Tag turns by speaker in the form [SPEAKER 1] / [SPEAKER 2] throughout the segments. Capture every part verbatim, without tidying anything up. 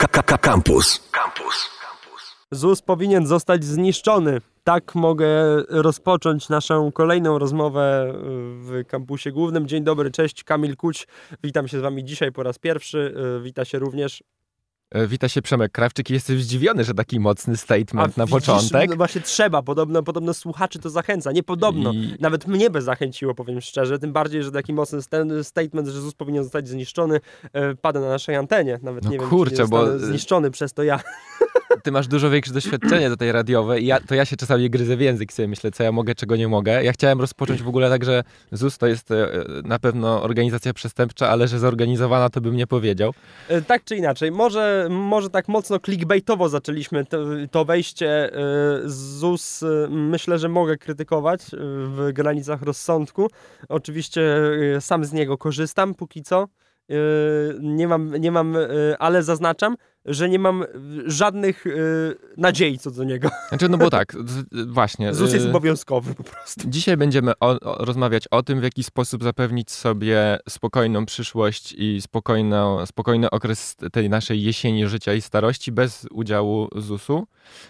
[SPEAKER 1] Campus. Campus.
[SPEAKER 2] ZUS powinien zostać zniszczony. Tak mogę rozpocząć naszą kolejną rozmowę w kampusie głównym. Dzień dobry, cześć, Kamil Kuć. Witam się z wami dzisiaj po raz pierwszy. Wita się również...
[SPEAKER 3] Wita się Przemek Krawczyk i jestem zdziwiony, że taki mocny statement
[SPEAKER 2] A
[SPEAKER 3] na
[SPEAKER 2] widzisz,
[SPEAKER 3] początek.
[SPEAKER 2] No właśnie trzeba, podobno, podobno słuchaczy to zachęca. Nie podobno,
[SPEAKER 3] I...
[SPEAKER 2] nawet mnie by zachęciło, powiem szczerze, tym bardziej, że taki mocny statement, że ZUS powinien zostać zniszczony, e, pada na naszej antenie. Nawet
[SPEAKER 3] No
[SPEAKER 2] nie
[SPEAKER 3] kurczę,
[SPEAKER 2] wiem, czy
[SPEAKER 3] bo...
[SPEAKER 2] zniszczony przez to ja.
[SPEAKER 3] Ty masz dużo większe doświadczenie do tej radiowej i ja, to ja się czasami gryzę w język, sobie myślę, co ja mogę, czego nie mogę. Ja chciałem rozpocząć w ogóle tak, że ZUS to jest e, na pewno organizacja przestępcza, ale że zorganizowana, to bym nie powiedział.
[SPEAKER 2] E, tak czy inaczej, może, może tak mocno clickbaitowo zaczęliśmy to, to wejście. E, ZUS e, myślę, że mogę krytykować e, w granicach rozsądku. Oczywiście e, sam z niego korzystam póki co. Yy, nie mam, nie mam yy, ale zaznaczam, że nie mam żadnych yy, nadziei co do niego.
[SPEAKER 3] Znaczy, no bo tak, z, właśnie.
[SPEAKER 2] ZUS jest
[SPEAKER 3] yy,
[SPEAKER 2] obowiązkowy po prostu.
[SPEAKER 3] Dzisiaj będziemy o, o, rozmawiać o tym, w jaki sposób zapewnić sobie spokojną przyszłość i spokojno, spokojny okres tej naszej jesieni życia i starości bez udziału zusu.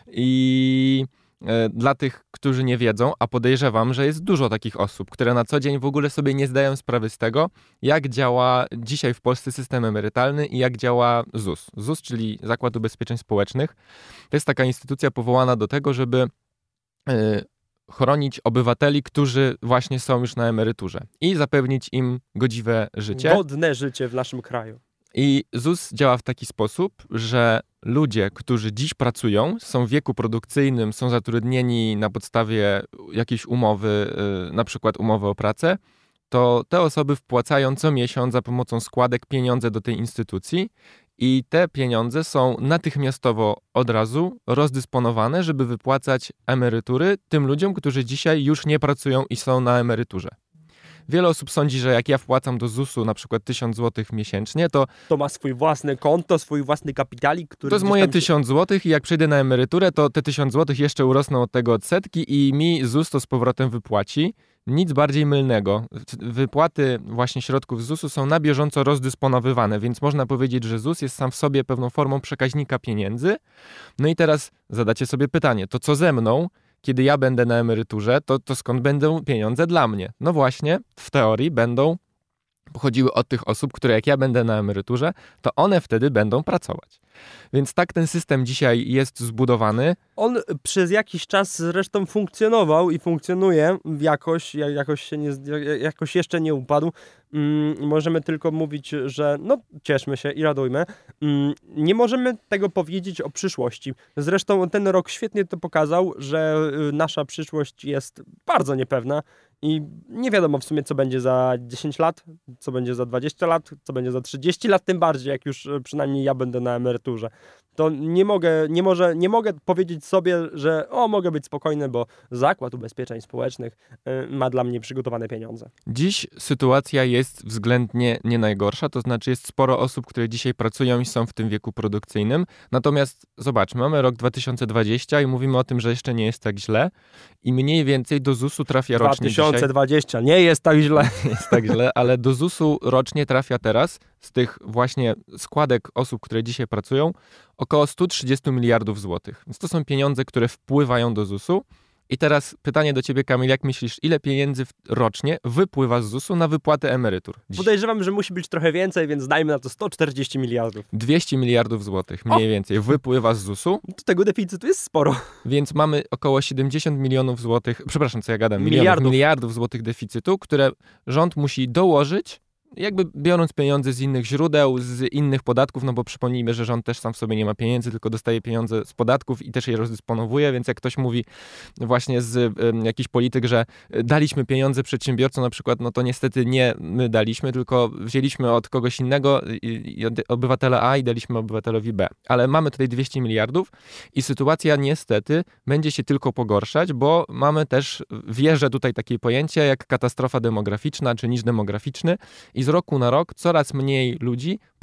[SPEAKER 3] I... Dla tych, którzy nie wiedzą, a podejrzewam, że jest dużo takich osób, które na co dzień w ogóle sobie nie zdają sprawy z tego, jak działa dzisiaj w Polsce system emerytalny i jak działa ZUS. ZUS, czyli Zakład Ubezpieczeń Społecznych, to jest taka instytucja powołana do tego, żeby yy, chronić obywateli, którzy właśnie są już na emeryturze i zapewnić im godziwe życie.
[SPEAKER 2] Godne życie w naszym kraju.
[SPEAKER 3] I ZUS działa w taki sposób, że ludzie, którzy dziś pracują, są w wieku produkcyjnym, są zatrudnieni na podstawie jakiejś umowy, na przykład umowy o pracę, to te osoby wpłacają co miesiąc za pomocą składek pieniądze do tej instytucji i te pieniądze są natychmiastowo od razu rozdysponowane, żeby wypłacać emerytury tym ludziom, którzy dzisiaj już nie pracują i są na emeryturze. Wiele osób sądzi, że jak ja wpłacam do zusu na przykład tysiąc złotych miesięcznie, to...
[SPEAKER 2] To ma swój własny konto, swój własny kapitalik, który...
[SPEAKER 3] To jest moje tysiąc złotych i jak przejdę na emeryturę, to te tysiąc złotych jeszcze urosną od tego odsetki i mi ZUS to z powrotem wypłaci. Nic bardziej mylnego. Wypłaty właśnie środków z zusu są na bieżąco rozdysponowywane, więc można powiedzieć, że ZUS jest sam w sobie pewną formą przekaźnika pieniędzy. No i teraz zadacie sobie pytanie, to co ze mną? Kiedy ja będę na emeryturze, to, to skąd będą pieniądze dla mnie? No właśnie, w teorii będą pochodziły od tych osób, które jak ja będę na emeryturze, to one wtedy będą pracować. Więc tak ten system dzisiaj jest zbudowany.
[SPEAKER 2] On przez jakiś czas zresztą funkcjonował i funkcjonuje jakoś, jakoś, się nie, jakoś jeszcze nie upadł. Mm, możemy tylko mówić, że no cieszmy się i radujmy. Mm, nie możemy tego powiedzieć o przyszłości. Zresztą ten rok świetnie to pokazał, że nasza przyszłość jest bardzo niepewna i nie wiadomo w sumie, co będzie za dziesięć lat, co będzie za dwadzieścia lat, co będzie za trzydzieści lat, tym bardziej, jak już przynajmniej ja będę na emeryturze. To nie mogę, nie może, nie mogę powiedzieć sobie, że o, mogę być spokojny, bo Zakład Ubezpieczeń Społecznych y, ma dla mnie przygotowane pieniądze.
[SPEAKER 3] Dziś sytuacja jest względnie nie najgorsza, to znaczy jest sporo osób, które dzisiaj pracują i są w tym wieku produkcyjnym. Natomiast zobaczmy, mamy rok dwa tysiące dwudziesty i mówimy o tym, że jeszcze nie jest tak źle i mniej więcej do zusu trafia rocznie
[SPEAKER 2] dwa tysiące dwudziesty
[SPEAKER 3] dzisiaj...
[SPEAKER 2] nie jest tak źle.
[SPEAKER 3] Nie jest tak źle, ale do zusu rocznie trafia teraz z tych właśnie składek osób, które dzisiaj pracują, około sto trzydzieści miliardów złotych. Więc to są pieniądze, które wpływają do zusu. I teraz pytanie do ciebie, Kamil, jak myślisz, ile pieniędzy rocznie wypływa z zusu na wypłatę emerytur? Dziś?
[SPEAKER 2] Podejrzewam, że musi być trochę więcej, więc dajmy na to sto czterdzieści miliardów.
[SPEAKER 3] dwieście miliardów złotych mniej
[SPEAKER 2] o!
[SPEAKER 3] więcej wypływa z zusu.
[SPEAKER 2] Do tego deficytu jest sporo.
[SPEAKER 3] Więc mamy około siedemdziesiąt milionów złotych, przepraszam, co ja gadam, milionów,
[SPEAKER 2] miliardów.
[SPEAKER 3] miliardów złotych deficytu, które rząd musi dołożyć, jakby biorąc pieniądze z innych źródeł, z innych podatków, no bo przypomnijmy, że rząd też sam w sobie nie ma pieniędzy, tylko dostaje pieniądze z podatków i też je rozdysponowuje, więc jak ktoś mówi właśnie z y, jakiś polityk, że daliśmy pieniądze przedsiębiorcom na przykład, no to niestety nie my daliśmy, tylko wzięliśmy od kogoś innego, i, i od obywatela A i daliśmy obywatelowi B. Ale mamy tutaj dwieście miliardów i sytuacja niestety będzie się tylko pogorszać, bo mamy też, wierzę tutaj takie pojęcie jak katastrofa demograficzna, czy niż demograficzny i z roku na rok coraz mniej ludzi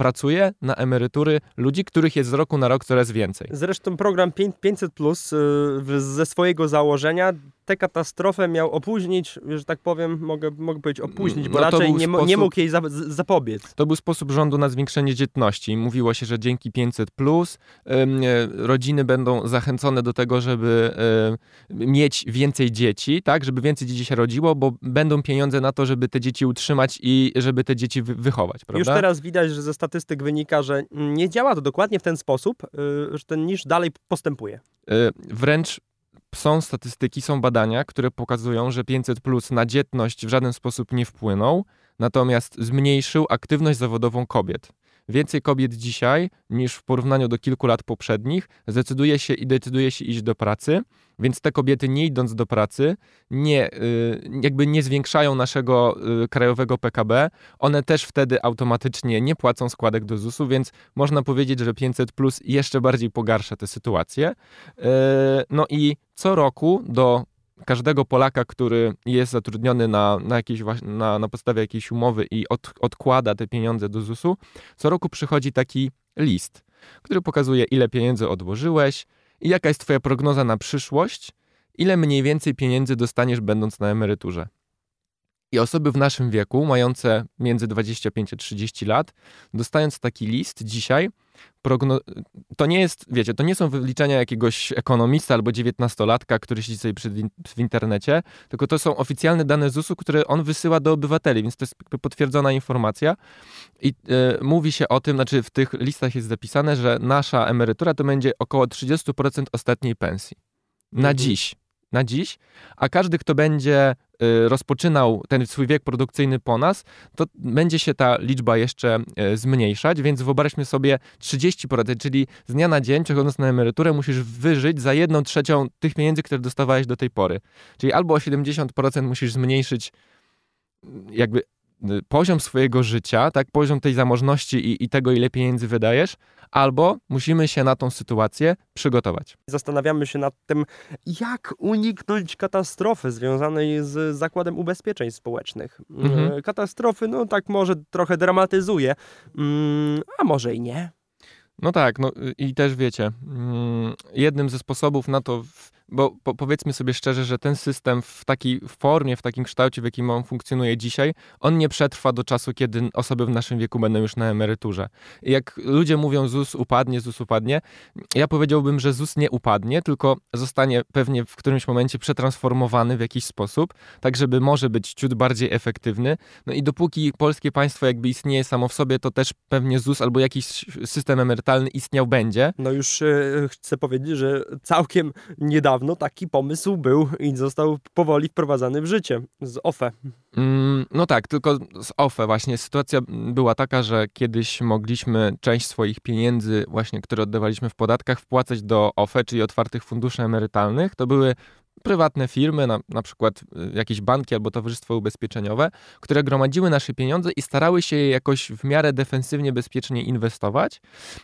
[SPEAKER 3] pracuje na emerytury ludzi, których jest z roku na rok coraz więcej.
[SPEAKER 2] Zresztą program pięćset plus ze swojego założenia tę katastrofę miał opóźnić, że tak powiem, mogę, mogę powiedzieć opóźnić, bo no raczej nie, sposób, nie mógł jej zapobiec.
[SPEAKER 3] To był sposób rządu na zwiększenie dzietności. Mówiło się, że dzięki pięćset plus ym, rodziny będą zachęcone do tego, żeby ym, mieć więcej dzieci, tak, żeby więcej dzieci się rodziło, bo będą pieniądze na to, żeby te dzieci utrzymać i żeby te dzieci wy- wychować, prawda?
[SPEAKER 2] Już teraz widać, że ze statystyk wynika, że nie działa to dokładnie w ten sposób, yy, że ten niż dalej postępuje.
[SPEAKER 3] Yy, wręcz są statystyki, są badania, które pokazują, że pięćset plus na dzietność w żaden sposób nie wpłynął, natomiast zmniejszył aktywność zawodową kobiet. Więcej kobiet dzisiaj niż w porównaniu do kilku lat poprzednich zdecyduje się i decyduje się iść do pracy, więc te kobiety nie idąc do pracy nie, jakby nie zwiększają naszego krajowego P K B, one też wtedy automatycznie nie płacą składek do zusu, więc można powiedzieć, że pięćset plus jeszcze bardziej pogarsza tę sytuację. No i co roku do każdego Polaka, który jest zatrudniony na, na, jakiejś, na, na podstawie jakiejś umowy i od, odkłada te pieniądze do zusu, co roku przychodzi taki list, który pokazuje, ile pieniędzy odłożyłeś i jaka jest twoja prognoza na przyszłość, ile mniej więcej pieniędzy dostaniesz będąc na emeryturze. I osoby w naszym wieku, mające między dwadzieścia pięć a trzydzieści lat, dostając taki list dzisiaj, progno... to nie jest, wiecie, to nie są wyliczenia jakiegoś ekonomista albo dziewiętnastolatka, który siedzi sobie przed in... w internecie, tylko to są oficjalne dane zusu, które on wysyła do obywateli, więc to jest potwierdzona informacja. I e, mówi się o tym, znaczy w tych listach jest zapisane, że nasza emerytura to będzie około trzydzieści procent ostatniej pensji. Na mhm. dziś. Na dziś, a każdy, kto będzie y, rozpoczynał ten swój wiek produkcyjny po nas, to będzie się ta liczba jeszcze y, zmniejszać, więc wyobraźmy sobie trzydzieści procent, czyli z dnia na dzień, przechodząc na emeryturę, musisz wyżyć za jedną trzecią tych pieniędzy, które dostawałeś do tej pory. Czyli albo o siedemdziesiąt procent musisz zmniejszyć jakby poziom swojego życia, tak, poziom tej zamożności i, i tego, ile pieniędzy wydajesz, albo musimy się na tą sytuację przygotować.
[SPEAKER 2] Zastanawiamy się nad tym, jak uniknąć katastrofy związanej z Zakładem Ubezpieczeń Społecznych. Mhm. Katastrofy, no tak może trochę dramatyzuje, a może i nie.
[SPEAKER 3] No tak, no i też wiecie, jednym ze sposobów na to, bo po, powiedzmy sobie szczerze, że ten system w takiej formie, w takim kształcie, w jakim on funkcjonuje dzisiaj, on nie przetrwa do czasu, kiedy osoby w naszym wieku będą już na emeryturze. I jak ludzie mówią, ZUS upadnie, ZUS upadnie, ja powiedziałbym, że ZUS nie upadnie, tylko zostanie pewnie w którymś momencie przetransformowany w jakiś sposób, tak żeby może być ciut bardziej efektywny. No i dopóki polskie państwo jakby istnieje samo w sobie, to też pewnie ZUS albo jakiś system emerytalny istniał będzie.
[SPEAKER 2] No już e, chcę powiedzieć, że całkiem niedawno no taki pomysł był i został powoli wprowadzany w życie z O F E.
[SPEAKER 3] Mm, no tak, tylko z O F E właśnie sytuacja była taka, że kiedyś mogliśmy część swoich pieniędzy właśnie, które oddawaliśmy w podatkach, wpłacać do O F E, czyli otwartych funduszy emerytalnych. To były prywatne firmy, na, na przykład jakieś banki albo towarzystwo ubezpieczeniowe, które gromadziły nasze pieniądze i starały się je jakoś w miarę defensywnie, bezpiecznie inwestować.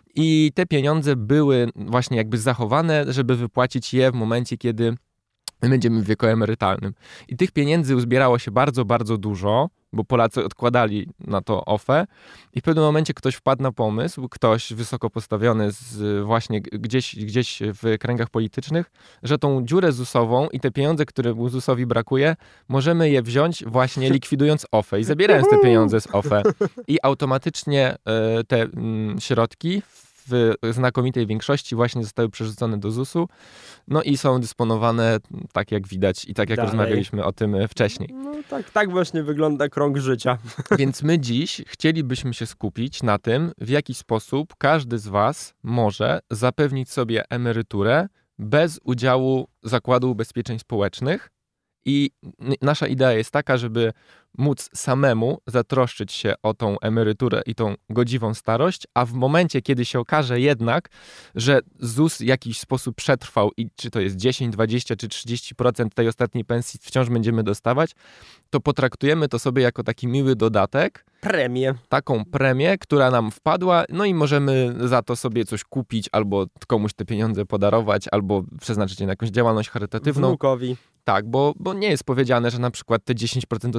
[SPEAKER 3] I te pieniądze były właśnie jakby zachowane, żeby wypłacić je w momencie, kiedy my będziemy w wieku emerytalnym. I tych pieniędzy uzbierało się bardzo, bardzo dużo, bo Polacy odkładali na to O F E i w pewnym momencie ktoś wpadł na pomysł, ktoś wysoko postawiony z właśnie gdzieś, gdzieś w kręgach politycznych, że tą dziurę zusową i te pieniądze, które zusowi brakuje, możemy je wziąć właśnie likwidując O F E i zabierając te pieniądze z O F E. I automatycznie te środki w znakomitej większości właśnie zostały przerzucone do zusu, no i są dysponowane tak jak widać i tak jak Dalej. rozmawialiśmy o tym wcześniej.
[SPEAKER 2] No tak, tak właśnie wygląda krąg życia.
[SPEAKER 3] Więc my dziś chcielibyśmy się skupić na tym, w jaki sposób każdy z was może zapewnić sobie emeryturę bez udziału Zakładu Ubezpieczeń Społecznych. I nasza idea jest taka, żeby móc samemu zatroszczyć się o tą emeryturę i tą godziwą starość, a w momencie, kiedy się okaże jednak, że ZUS w jakiś sposób przetrwał i czy to jest dziesięć, dwadzieścia czy trzydzieści procent tej ostatniej pensji wciąż będziemy dostawać, to potraktujemy to sobie jako taki miły dodatek.
[SPEAKER 2] Premię.
[SPEAKER 3] Taką premię, która nam wpadła, no i możemy za to sobie coś kupić, albo komuś te pieniądze podarować, albo przeznaczyć je na jakąś działalność charytatywną.
[SPEAKER 2] Wnukowi.
[SPEAKER 3] Tak, bo, bo nie jest powiedziane, że na przykład te dziesięć procent ostatniej pensji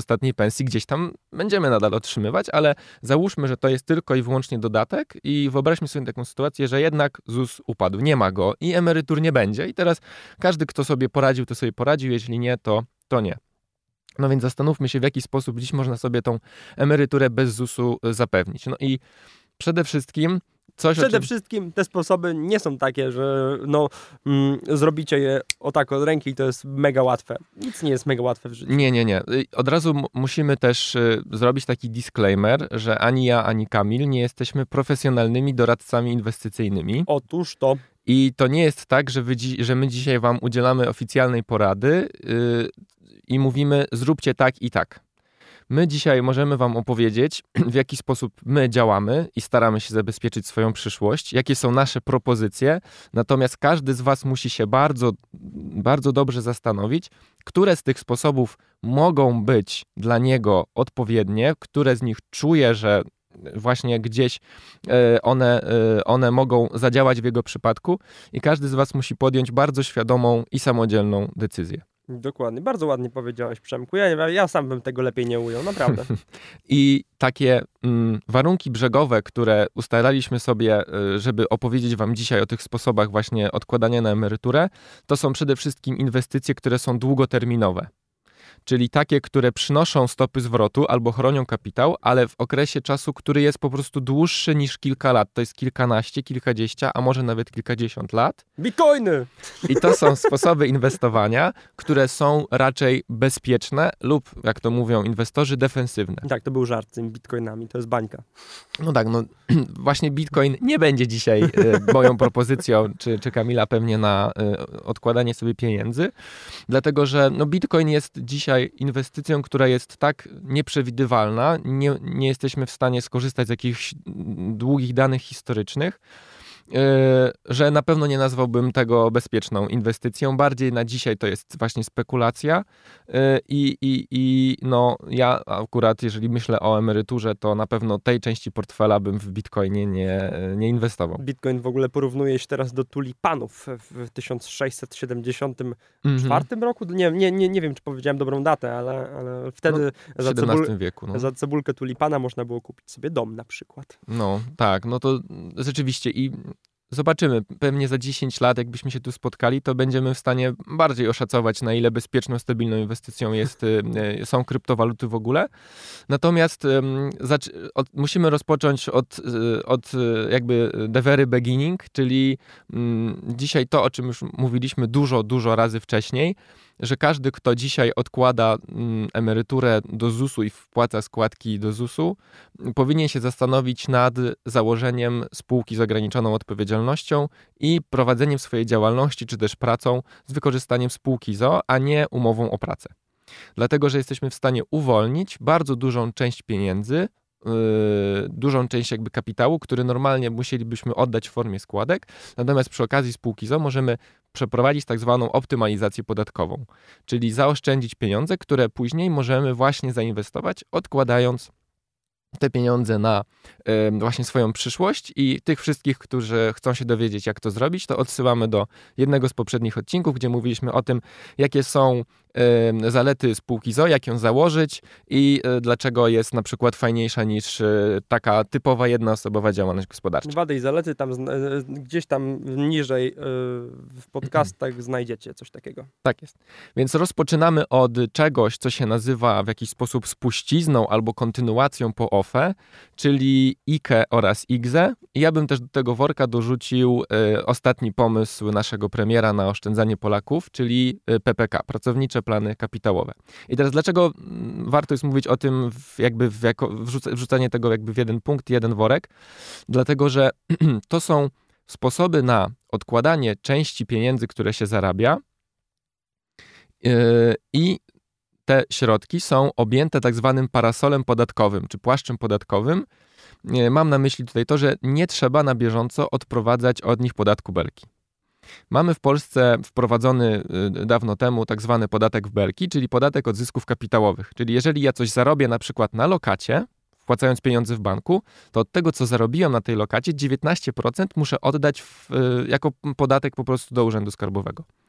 [SPEAKER 3] pensji gdzieś tam będziemy nadal otrzymywać, ale załóżmy, że to jest tylko i wyłącznie dodatek i wyobraźmy sobie taką sytuację, że jednak ZUS upadł, nie ma go i emerytur nie będzie i teraz każdy, kto sobie poradził, to sobie poradził, jeśli nie, to, to nie. No więc zastanówmy się, w jaki sposób dziś można sobie tą emeryturę bez zusu zapewnić. No i przede wszystkim coś,
[SPEAKER 2] Przede
[SPEAKER 3] czym...
[SPEAKER 2] wszystkim te sposoby nie są takie, że no, mm, zrobicie je o tak od ręki i to jest mega łatwe. Nic nie jest mega łatwe w życiu.
[SPEAKER 3] Nie, nie, nie. Od razu m- musimy też y, zrobić taki disclaimer, że ani ja, ani Kamil nie jesteśmy profesjonalnymi doradcami inwestycyjnymi.
[SPEAKER 2] Otóż to.
[SPEAKER 3] I to nie jest tak, że, wy dzi- że my dzisiaj wam udzielamy oficjalnej porady yy, i mówimy zróbcie tak i tak. My dzisiaj możemy wam opowiedzieć, w jaki sposób my działamy i staramy się zabezpieczyć swoją przyszłość, jakie są nasze propozycje, natomiast każdy z was musi się bardzo, bardzo dobrze zastanowić, które z tych sposobów mogą być dla niego odpowiednie, które z nich czuje, że właśnie gdzieś one, one mogą zadziałać w jego przypadku i każdy z was musi podjąć bardzo świadomą i samodzielną decyzję.
[SPEAKER 2] Dokładnie. Bardzo ładnie powiedziałeś, Przemku. Ja, ja sam bym tego lepiej nie ujął, naprawdę.
[SPEAKER 3] I takie mm, warunki brzegowe, które ustalaliśmy sobie, żeby opowiedzieć wam dzisiaj o tych sposobach właśnie odkładania na emeryturę, to są przede wszystkim inwestycje, które są długoterminowe. Czyli takie, które przynoszą stopy zwrotu albo chronią kapitał, ale w okresie czasu, który jest po prostu dłuższy niż kilka lat. To jest kilkanaście, kilkadziesiąt, a może nawet kilkadziesiąt lat.
[SPEAKER 2] Bitcoiny!
[SPEAKER 3] I to są sposoby inwestowania, które są raczej bezpieczne lub, jak to mówią inwestorzy, defensywne.
[SPEAKER 2] Tak, to był żart z tymi bitcoinami, to jest bańka.
[SPEAKER 3] No tak, no właśnie Bitcoin nie będzie dzisiaj y, moją propozycją, czy, czy Kamila pewnie na y, odkładanie sobie pieniędzy, dlatego że no, Bitcoin jest dzisiaj inwestycją, która jest tak nieprzewidywalna, nie, nie jesteśmy w stanie skorzystać z jakichś długich danych historycznych, Yy, że na pewno nie nazwałbym tego bezpieczną inwestycją. Bardziej na dzisiaj to jest właśnie spekulacja yy, i, i, i no ja akurat, jeżeli myślę o emeryturze, to na pewno tej części portfela bym w Bitcoinie nie, nie inwestował.
[SPEAKER 2] Bitcoin w ogóle porównuje się teraz do tulipanów w tysiąc sześćset siedemdziesiątym czwartym mm-hmm. roku. Nie, nie, nie, nie wiem, czy powiedziałem dobrą datę, ale, ale wtedy
[SPEAKER 3] no, w
[SPEAKER 2] za, cebul-
[SPEAKER 3] wieku, no.
[SPEAKER 2] za cebulkę tulipana można było kupić sobie dom na przykład.
[SPEAKER 3] No tak, no to rzeczywiście i zobaczymy, pewnie za dziesięć lat, jakbyśmy się tu spotkali, to będziemy w stanie bardziej oszacować, na ile bezpieczną, stabilną inwestycją jest, są kryptowaluty w ogóle. Natomiast um, zac- od, musimy rozpocząć od, od jakby the very beginning, czyli um, dzisiaj to, o czym już mówiliśmy dużo, dużo razy wcześniej, że każdy, kto dzisiaj odkłada mm, emeryturę do zusu i wpłaca składki do zusu, powinien się zastanowić nad założeniem spółki z ograniczoną odpowiedzialnością i prowadzeniem swojej działalności, czy też pracą z wykorzystaniem spółki z o o, a nie umową o pracę. Dlatego, że jesteśmy w stanie uwolnić bardzo dużą część pieniędzy, Yy, dużą część jakby kapitału, który normalnie musielibyśmy oddać w formie składek, natomiast przy okazji spółki z o o możemy przeprowadzić tak zwaną optymalizację podatkową, czyli zaoszczędzić pieniądze, które później możemy właśnie zainwestować, odkładając te pieniądze na y, właśnie swoją przyszłość i tych wszystkich, którzy chcą się dowiedzieć, jak to zrobić, to odsyłamy do jednego z poprzednich odcinków, gdzie mówiliśmy o tym, jakie są y, zalety spółki z o o, jak ją założyć i y, dlaczego jest na przykład fajniejsza niż y, taka typowa jednoosobowa działalność gospodarcza.
[SPEAKER 2] Wady i zalety tam zna- gdzieś tam niżej y, w podcastach znajdziecie coś takiego.
[SPEAKER 3] Tak jest. Więc rozpoczynamy od czegoś, co się nazywa w jakiś sposób spuścizną albo kontynuacją po o f e, czyli I K E oraz I G Z E. I ja bym też do tego worka dorzucił y, ostatni pomysł naszego premiera na oszczędzanie Polaków, czyli y, P P K, pracownicze plany kapitałowe. I teraz dlaczego mm, warto jest mówić o tym, w, jakby w jako, wrzuc- wrzucanie tego jakby w jeden punkt, jeden worek? Dlatego, że to są sposoby na odkładanie części pieniędzy, które się zarabia yy, i te środki są objęte tak zwanym parasolem podatkowym, czy płaszczem podatkowym. Mam na myśli tutaj to, że nie trzeba na bieżąco odprowadzać od nich podatku belki. Mamy w Polsce wprowadzony dawno temu tak zwany podatek w belki, czyli podatek od zysków kapitałowych. Czyli jeżeli ja coś zarobię na przykład na lokacie, wpłacając pieniądze w banku, to od tego, co zarobiłem na tej lokacie, dziewiętnaście procent muszę oddać w, jako podatek po prostu do Urzędu Skarbowego.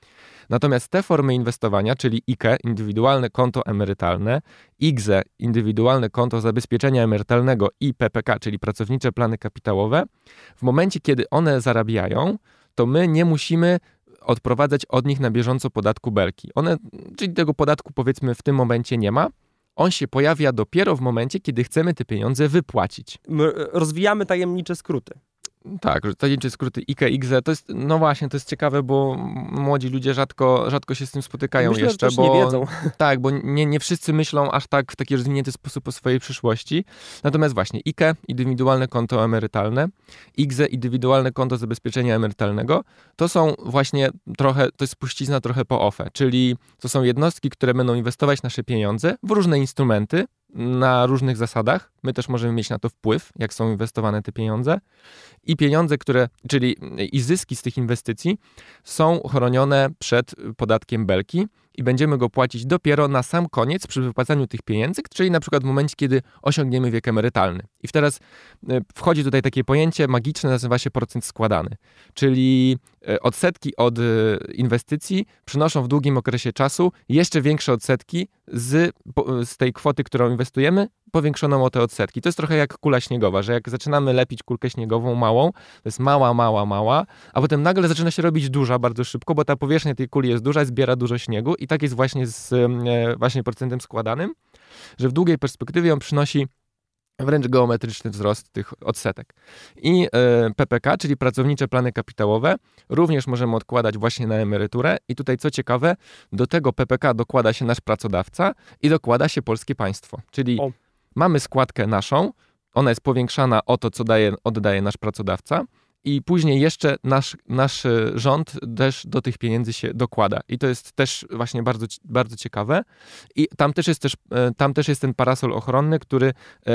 [SPEAKER 3] Natomiast te formy inwestowania, czyli I K E, indywidualne konto emerytalne, I G Z E, indywidualne konto zabezpieczenia emerytalnego i P P K, czyli pracownicze plany kapitałowe, w momencie, kiedy one zarabiają, to my nie musimy odprowadzać od nich na bieżąco podatku Belki. One, czyli tego podatku powiedzmy w tym momencie nie ma. On się pojawia dopiero w momencie, kiedy chcemy te pieniądze wypłacić.
[SPEAKER 2] My rozwijamy tajemnicze skróty.
[SPEAKER 3] Tak, że tajemnicze skróty I K E, I G Z E, to jest, no właśnie, to jest ciekawe, bo młodzi ludzie rzadko, rzadko się z tym spotykają
[SPEAKER 2] Myślę,
[SPEAKER 3] jeszcze,
[SPEAKER 2] że też
[SPEAKER 3] bo
[SPEAKER 2] nie wiedzą.
[SPEAKER 3] Tak, bo nie, nie wszyscy myślą aż tak w taki rozwinięty sposób o swojej przyszłości. Natomiast właśnie I K E, indywidualne konto emerytalne, I G Z E, indywidualne konto zabezpieczenia emerytalnego, to są właśnie trochę, to jest spuścizna trochę po O F E, czyli to są jednostki, które będą inwestować nasze pieniądze w różne instrumenty, na różnych zasadach. My też możemy mieć na to wpływ, jak są inwestowane te pieniądze. I pieniądze, które, czyli i zyski z tych inwestycji są chronione przed podatkiem Belki i będziemy go płacić dopiero na sam koniec przy wypłacaniu tych pieniędzy, czyli na przykład w momencie, kiedy osiągniemy wiek emerytalny. I teraz wchodzi tutaj takie pojęcie magiczne, nazywa się procent składany. Czyli odsetki od inwestycji przynoszą w długim okresie czasu jeszcze większe odsetki z, z tej kwoty, którą inwestujemy, powiększoną o te odsetki. To jest trochę jak kula śniegowa, że jak zaczynamy lepić kulkę śniegową małą, to jest mała, mała, mała, a potem nagle zaczyna się robić duża bardzo szybko, bo ta powierzchnia tej kuli jest duża, zbiera dużo śniegu i tak jest właśnie z właśnie procentem składanym, że w długiej perspektywie on przynosi wręcz geometryczny wzrost tych odsetek. I e, P P K, czyli pracownicze plany kapitałowe, również możemy odkładać właśnie na emeryturę i tutaj co ciekawe, do tego P P K dokłada się nasz pracodawca i dokłada się polskie państwo, czyli o. mamy składkę naszą, ona jest powiększana o to, co daje, oddaje nasz pracodawca i później jeszcze nasz, nasz rząd też do tych pieniędzy się dokłada. I to jest też właśnie bardzo, bardzo ciekawe. I tam też jest też, tam też jest ten parasol ochronny, który,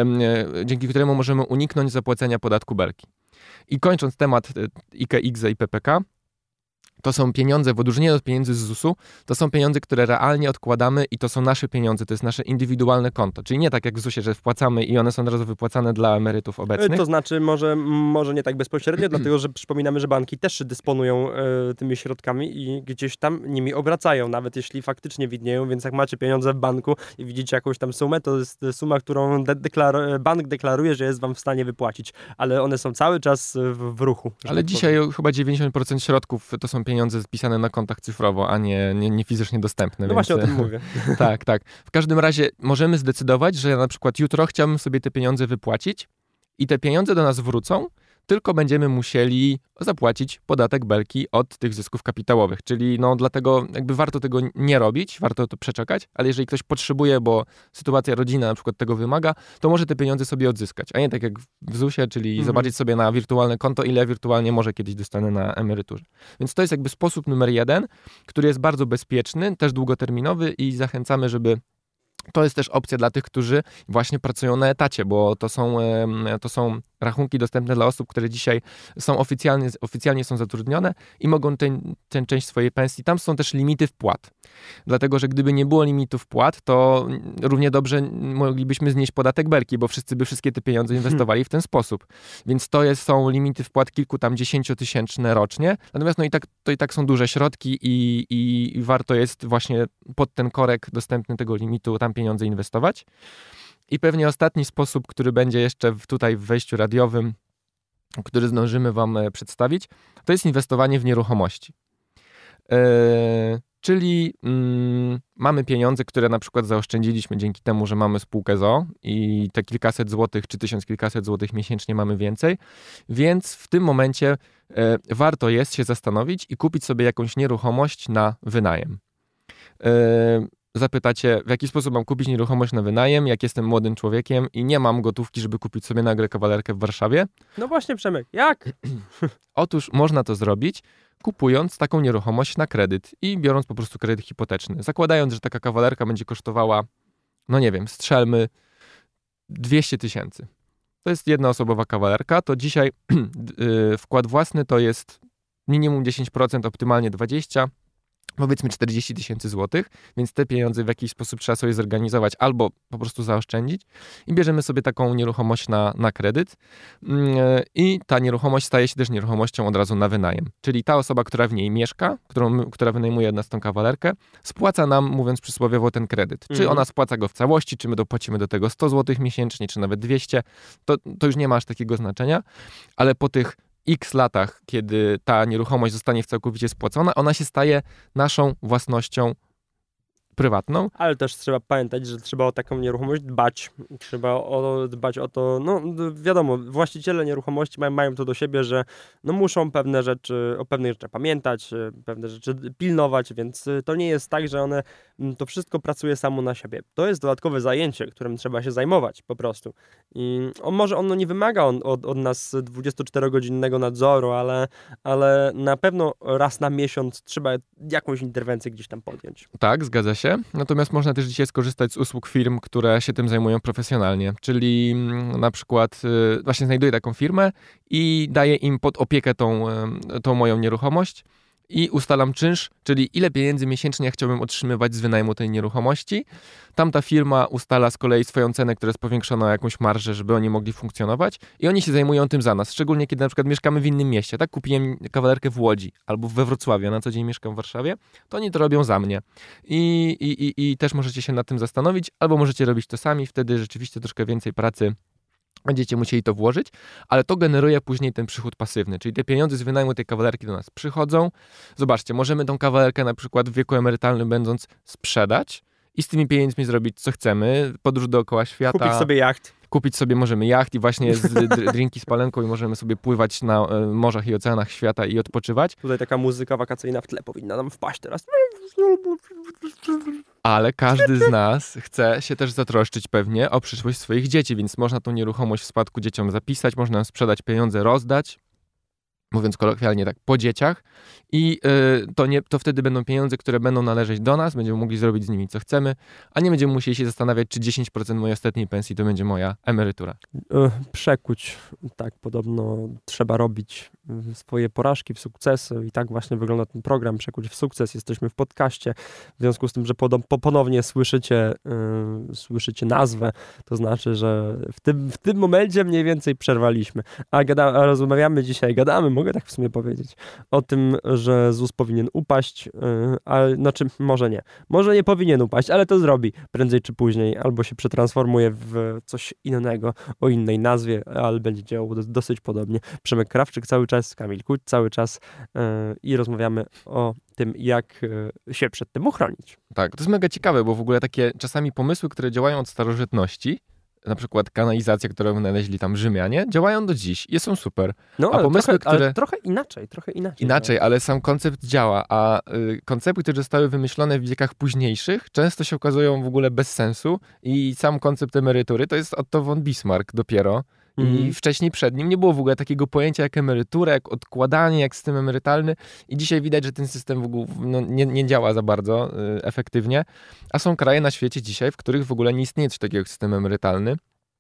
[SPEAKER 3] dzięki któremu możemy uniknąć zapłacenia podatku Belki. I kończąc temat I K E, I G Z E i P P K, to są pieniądze, w odróżnieniu od pieniędzy z zusu, to są pieniądze, które realnie odkładamy i to są nasze pieniądze, to jest nasze indywidualne konto. Czyli nie tak jak w zusie, że wpłacamy i one są od razu wypłacane dla emerytów obecnych.
[SPEAKER 2] To znaczy może, może nie tak bezpośrednio, dlatego że przypominamy, że banki też dysponują e, tymi środkami i gdzieś tam nimi obracają, nawet jeśli faktycznie widnieją, więc jak macie pieniądze w banku i widzicie jakąś tam sumę, to jest suma, którą de- deklar- bank deklaruje, że jest wam w stanie wypłacić, ale one są cały czas w, w ruchu.
[SPEAKER 3] Ale tak dzisiaj powiem. Chyba dziewięćdziesiąt procent środków to są pieniądze spisane na kontach cyfrowo, a nie, nie, nie fizycznie dostępne.
[SPEAKER 2] No więc... właśnie o tym mówię.
[SPEAKER 3] tak, tak. W każdym razie możemy zdecydować, że na przykład jutro chciałbym sobie te pieniądze wypłacić i te pieniądze do nas wrócą, tylko będziemy musieli zapłacić podatek Belki od tych zysków kapitałowych. Czyli no dlatego jakby warto tego nie robić, warto to przeczekać, ale jeżeli ktoś potrzebuje, bo sytuacja rodzina na przykład tego wymaga, to może te pieniądze sobie odzyskać, a nie tak jak w zusie, czyli mhm. zobaczyć sobie na wirtualne konto, ile wirtualnie może kiedyś dostanę na emeryturze. Więc to jest jakby sposób numer jeden, który jest bardzo bezpieczny, też długoterminowy i zachęcamy, żeby to jest też opcja dla tych, którzy właśnie pracują na etacie, bo to są, to są rachunki dostępne dla osób, które dzisiaj są oficjalnie, oficjalnie są zatrudnione i mogą tę część swojej pensji. Tam są też limity wpłat. Dlatego, że gdyby nie było limitów wpłat, to równie dobrze moglibyśmy znieść podatek Belki, bo wszyscy by wszystkie te pieniądze inwestowali hmm. w ten sposób. Więc to jest, są limity wpłat kilku tam dziesięciotysięczne rocznie. Natomiast no i tak, to i tak są duże środki i, i, i warto jest właśnie pod ten korek dostępny tego limitu tam pieniądze inwestować. I pewnie ostatni sposób, który będzie jeszcze w, tutaj w wejściu radiowym, który zdążymy wam przedstawić, to jest inwestowanie w nieruchomości. Yy, czyli mm, mamy pieniądze, które na przykład zaoszczędziliśmy dzięki temu, że mamy spółkę z o o i te kilkaset złotych czy tysiąc kilkaset złotych miesięcznie mamy więcej, więc w tym momencie yy, warto jest się zastanowić i kupić sobie jakąś nieruchomość na wynajem. Yy, Zapytacie, w jaki sposób mam kupić nieruchomość na wynajem, jak jestem młodym człowiekiem i nie mam gotówki, żeby kupić sobie nagle kawalerkę w Warszawie?
[SPEAKER 2] No właśnie, Przemek, jak?
[SPEAKER 3] Otóż można to zrobić, kupując taką nieruchomość na kredyt i biorąc po prostu kredyt hipoteczny. Zakładając, że taka kawalerka będzie kosztowała, no nie wiem, strzelmy dwieście tysięcy. To jest jednoosobowa kawalerka, to dzisiaj wkład własny to jest minimum dziesięć procent, optymalnie dwadzieścia procent. powiedzmy czterdzieści tysięcy złotych, więc te pieniądze w jakiś sposób trzeba sobie zorganizować albo po prostu zaoszczędzić i bierzemy sobie taką nieruchomość na, na kredyt i ta nieruchomość staje się też nieruchomością od razu na wynajem. Czyli ta osoba, która w niej mieszka, którą, która wynajmuje od nas tą kawalerkę, spłaca nam, mówiąc przysłowiowo, ten kredyt. Czy ona spłaca go w całości, czy my dopłacimy do tego sto złotych miesięcznie, czy nawet dwieście, to, to już nie ma aż takiego znaczenia, ale po tych X latach, kiedy ta nieruchomość zostanie całkowicie spłacona, ona się staje naszą własnością prywatną.
[SPEAKER 2] Ale też trzeba pamiętać, że trzeba o taką nieruchomość dbać. Trzeba o, dbać o to, no wiadomo, właściciele nieruchomości mają, mają to do siebie, że no muszą pewne rzeczy, o pewnych rzeczach pamiętać, pewne rzeczy pilnować, więc to nie jest tak, że one, to wszystko pracuje samo na siebie. To jest dodatkowe zajęcie, którym trzeba się zajmować po prostu. I on, może ono nie wymaga on, od, od nas dwudziestoczterogodzinnego nadzoru, ale, ale na pewno raz na miesiąc trzeba jakąś interwencję gdzieś tam podjąć.
[SPEAKER 3] Tak, zgadza się. Natomiast można też dzisiaj skorzystać z usług firm, które się tym zajmują profesjonalnie. Czyli na przykład właśnie znajduję taką firmę i daję im pod opiekę tą, tą moją nieruchomość i ustalam czynsz, czyli ile pieniędzy miesięcznie ja chciałbym otrzymywać z wynajmu tej nieruchomości. Tamta firma ustala z kolei swoją cenę, która jest powiększona o jakąś marżę, żeby oni mogli funkcjonować i oni się zajmują tym za nas. Szczególnie kiedy na przykład mieszkamy w innym mieście. Tak, kupiłem kawalerkę w Łodzi albo we Wrocławiu, a na co dzień mieszkam w Warszawie, to oni to robią za mnie. I, i, i, i też możecie się nad tym zastanowić, albo możecie robić to sami, wtedy rzeczywiście troszkę więcej pracy będziecie musieli to włożyć, ale to generuje później ten przychód pasywny, czyli te pieniądze z wynajmu tej kawalerki do nas przychodzą. Zobaczcie, możemy tą kawalerkę na przykład w wieku emerytalnym będąc sprzedać i z tymi pieniędzmi zrobić co chcemy, podróż dookoła świata.
[SPEAKER 2] Kupić sobie jacht.
[SPEAKER 3] Kupić sobie możemy jacht i właśnie z drinki z palenką i możemy sobie pływać na e, morzach i oceanach świata i odpoczywać.
[SPEAKER 2] Tutaj taka muzyka wakacyjna w tle powinna nam wpaść teraz.
[SPEAKER 3] Ale każdy z nas chce się też zatroszczyć pewnie o przyszłość swoich dzieci, więc można tą nieruchomość w spadku dzieciom zapisać, można ją sprzedać, pieniądze rozdać, mówiąc kolokwialnie tak, po dzieciach i yy, to, nie, to wtedy będą pieniądze, które będą należeć do nas, będziemy mogli zrobić z nimi co chcemy, a nie będziemy musieli się zastanawiać, czy dziesięć procent mojej ostatniej pensji to będzie moja emerytura.
[SPEAKER 2] Yy, przekuć, tak podobno trzeba robić swoje porażki w sukcesy i tak właśnie wygląda ten program Przekuć w sukces. Jesteśmy w podcaście, w związku z tym, że po, ponownie słyszycie, yy, słyszycie nazwę, to znaczy, że w tym, w tym momencie mniej więcej przerwaliśmy, a, gada, a rozmawiamy dzisiaj, gadamy, mogę tak w sumie powiedzieć, o tym, że ZUS powinien upaść, yy, a znaczy może nie, może nie powinien upaść, ale to zrobi prędzej czy później, albo się przetransformuje w coś innego, o innej nazwie, ale będzie działało dosyć podobnie. Przemek Krawczyk cały czas, Kamil Kuć cały czas yy, i rozmawiamy o tym, jak yy, się przed tym uchronić.
[SPEAKER 3] Tak, to jest mega ciekawe, bo w ogóle takie czasami pomysły, które działają od starożytności, na przykład kanalizacja, którą wynaleźli tam Rzymianie, działają do dziś i są super.
[SPEAKER 2] No,
[SPEAKER 3] a pomysły,
[SPEAKER 2] trochę,
[SPEAKER 3] które...
[SPEAKER 2] ale trochę inaczej, trochę inaczej.
[SPEAKER 3] Inaczej, ale sam koncept działa, a y, koncepty, które zostały wymyślone w wiekach późniejszych, często się okazują w ogóle bez sensu i sam koncept emerytury to jest Otto von Bismarck dopiero. I mm. wcześniej przed nim nie było w ogóle takiego pojęcia jak emerytura, jak odkładanie, jak system emerytalny i dzisiaj widać, że ten system w ogóle no, nie, nie działa za bardzo y, efektywnie, a są kraje na świecie dzisiaj, w których w ogóle nie istnieje coś takiego jak system emerytalny.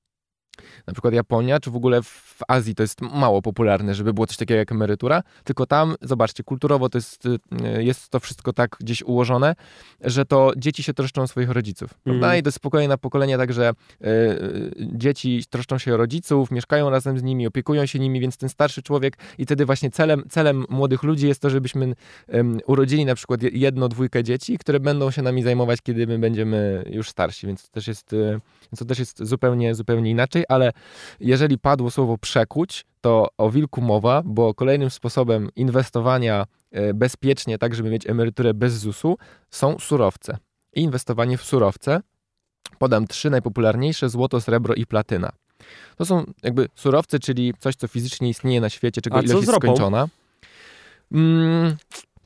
[SPEAKER 3] Na przykład Japonia, czy w ogóle w Azji to jest mało popularne, żeby było coś takiego jak emerytura, tylko tam, zobaczcie, kulturowo to jest, jest to wszystko tak gdzieś ułożone, że to dzieci się troszczą o swoich rodziców, prawda? Mm. I to jest pokolenie na pokolenie, także y, dzieci troszczą się o rodziców, mieszkają razem z nimi, opiekują się nimi, więc ten starszy człowiek i wtedy właśnie celem, celem młodych ludzi jest to, żebyśmy y, urodzili na przykład jedno, dwójkę dzieci, które będą się nami zajmować, kiedy my będziemy już starsi, więc to też jest, y, to też jest zupełnie, zupełnie inaczej, ale jeżeli padło słowo przekuć, to o wilku mowa, bo kolejnym sposobem inwestowania bezpiecznie, tak żeby mieć emeryturę bez zusu, są surowce. I inwestowanie w surowce, podam trzy najpopularniejsze: złoto, srebro i platyna. To są jakby surowce, czyli coś, co fizycznie istnieje na świecie, czego ilość jest skończona. Mm,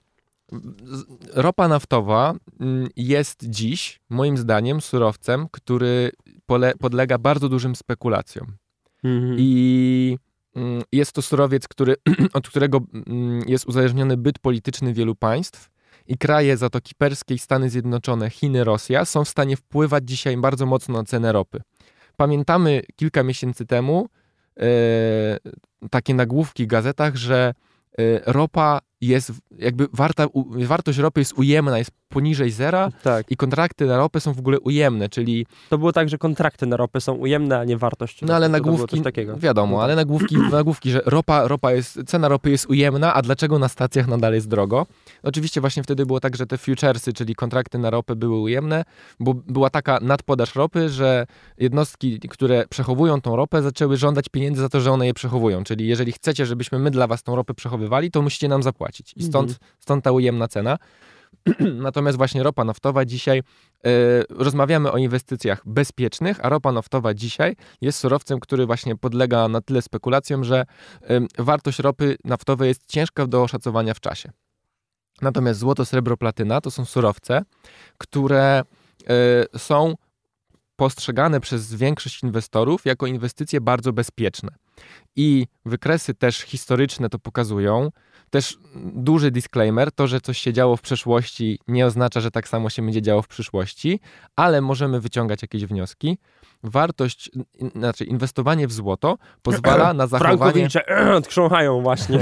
[SPEAKER 3] ropa naftowa jest dziś, moim zdaniem, surowcem, który pole, podlega bardzo dużym spekulacjom. Mm-hmm. I mm, jest to surowiec, który, od którego mm, jest uzależniony byt polityczny wielu państw i kraje Zatoki Perskiej, Stany Zjednoczone, Chiny, Rosja są w stanie wpływać dzisiaj bardzo mocno na cenę ropy. Pamiętamy kilka miesięcy temu e, takie nagłówki w gazetach, że e, ropa jest jakby warta, u, wartość ropy jest ujemna, jest poniżej zera
[SPEAKER 2] Tak.
[SPEAKER 3] i kontrakty na ropę są w ogóle ujemne, czyli...
[SPEAKER 2] To było tak, że kontrakty na ropę są ujemne, a nie wartość.
[SPEAKER 3] No ale
[SPEAKER 2] to,
[SPEAKER 3] nagłówki,
[SPEAKER 2] to było coś takiego.
[SPEAKER 3] wiadomo,
[SPEAKER 2] no,
[SPEAKER 3] ale nagłówki, nagłówki, że ropa, ropa jest, cena ropy jest ujemna, a dlaczego na stacjach nadal jest drogo? Oczywiście właśnie wtedy było tak, że te futuresy, czyli kontrakty na ropę były ujemne, bo była taka nadpodaż ropy, że jednostki, które przechowują tą ropę, zaczęły żądać pieniędzy za to, że one je przechowują. Czyli jeżeli chcecie, żebyśmy my dla was tą ropę przechowywali, to musicie nam zapłacić. I stąd, mhm. stąd ta ujemna cena. Natomiast właśnie ropa naftowa dzisiaj, yy, rozmawiamy o inwestycjach bezpiecznych, a ropa naftowa dzisiaj jest surowcem, który właśnie podlega na tyle spekulacjom, że yy, wartość ropy naftowej jest ciężka do oszacowania w czasie. Natomiast złoto, srebro, platyna to są surowce, które yy, są postrzegane przez większość inwestorów jako inwestycje bardzo bezpieczne. I wykresy też historyczne to pokazują. Też duży disclaimer, to, że coś się działo w przeszłości nie oznacza, że tak samo się będzie działo w przyszłości, ale możemy wyciągać jakieś wnioski. Wartość, znaczy inwestowanie w złoto pozwala na zachowanie...
[SPEAKER 2] Frankowicze odkrząchają właśnie.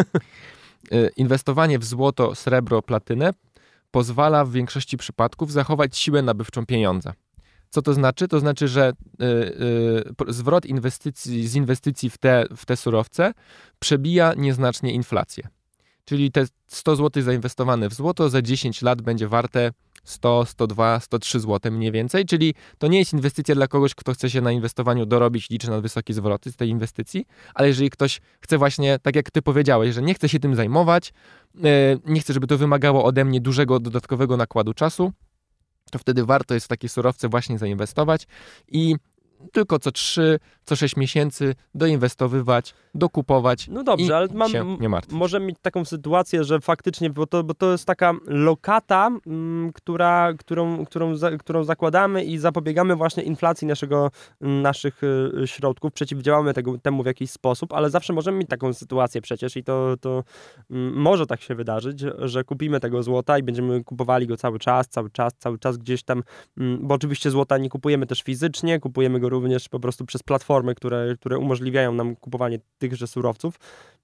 [SPEAKER 3] Inwestowanie w złoto, srebro, platynę pozwala w większości przypadków zachować siłę nabywczą pieniądza. Co to znaczy? To znaczy, że y, y, zwrot inwestycji, z inwestycji w te, w te surowce przebija nieznacznie inflację. Czyli te sto złotych zainwestowane w złoto za dziesięć lat będzie warte sto, sto dwa, sto trzy złote mniej więcej, czyli to nie jest inwestycja dla kogoś, kto chce się na inwestowaniu dorobić, liczy na wysokie zwroty z tej inwestycji, ale jeżeli ktoś chce właśnie, tak jak ty powiedziałeś, że nie chce się tym zajmować, y, nie chce, żeby to wymagało ode mnie dużego dodatkowego nakładu czasu, to wtedy warto jest w takie surowce właśnie zainwestować i tylko co trzy, co sześć miesięcy doinwestowywać, dokupować.
[SPEAKER 2] No dobrze,
[SPEAKER 3] i
[SPEAKER 2] ale mam,
[SPEAKER 3] się nie martwić.
[SPEAKER 2] Możemy mieć taką sytuację, że faktycznie, bo to, bo to jest taka lokata, m, która, którą, którą, za, którą zakładamy i zapobiegamy właśnie inflacji naszego, naszych y, środków, przeciwdziałamy tego, temu w jakiś sposób, ale zawsze możemy mieć taką sytuację przecież i to, to m, może tak się wydarzyć, że kupimy tego złota i będziemy kupowali go cały czas, cały czas, cały czas gdzieś tam, m, bo oczywiście złota nie kupujemy też fizycznie, kupujemy go również po prostu przez platformy, które, które umożliwiają nam kupowanie tychże surowców.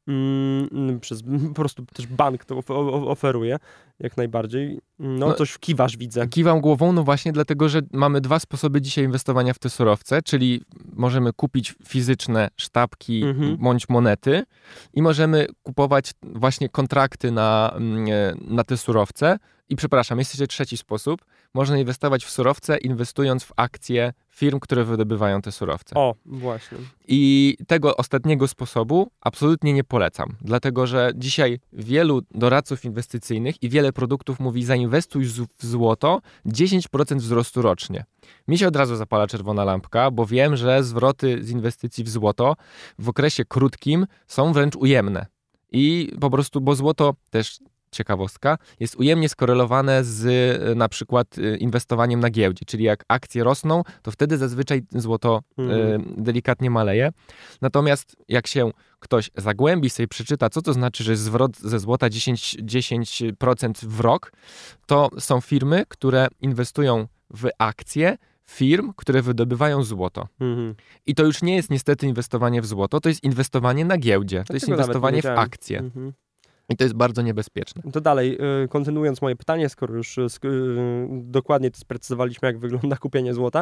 [SPEAKER 2] Mm, przez po prostu też bank to of, oferuje jak najbardziej. No, no coś kiwasz, widzę.
[SPEAKER 3] Kiwam głową, no właśnie dlatego, że mamy dwa sposoby dzisiaj inwestowania w te surowce, czyli możemy kupić fizyczne sztabki mhm. bądź monety i możemy kupować właśnie kontrakty na, na te surowce. I przepraszam, jest jeszcze trzeci sposób. Można inwestować w surowce, inwestując w akcje firm, które wydobywają te surowce.
[SPEAKER 2] O, właśnie.
[SPEAKER 3] I tego ostatniego sposobu absolutnie nie polecam, dlatego że dzisiaj wielu doradców inwestycyjnych i wiele produktów mówi zainwestuj w złoto, dziesięć procent wzrostu rocznie. Mi się od razu zapala czerwona lampka, bo wiem, że zwroty z inwestycji w złoto w okresie krótkim są wręcz ujemne. I po prostu, bo złoto też... ciekawostka, jest ujemnie skorelowane z na przykład inwestowaniem na giełdzie, czyli jak akcje rosną, to wtedy zazwyczaj złoto mm. y, delikatnie maleje. Natomiast jak się ktoś zagłębi, sobie przeczyta, co to znaczy, że zwrot ze złota dziesięć procent w rok, to są firmy, które inwestują w akcje firm, które wydobywają złoto. Mm-hmm. I to już nie jest niestety inwestowanie w złoto, to jest inwestowanie na giełdzie, to, to jest inwestowanie w akcje. Mm-hmm. I to jest bardzo niebezpieczne.
[SPEAKER 2] To dalej, kontynuując moje pytanie, skoro już dokładnie to sprecyzowaliśmy, jak wygląda kupienie złota,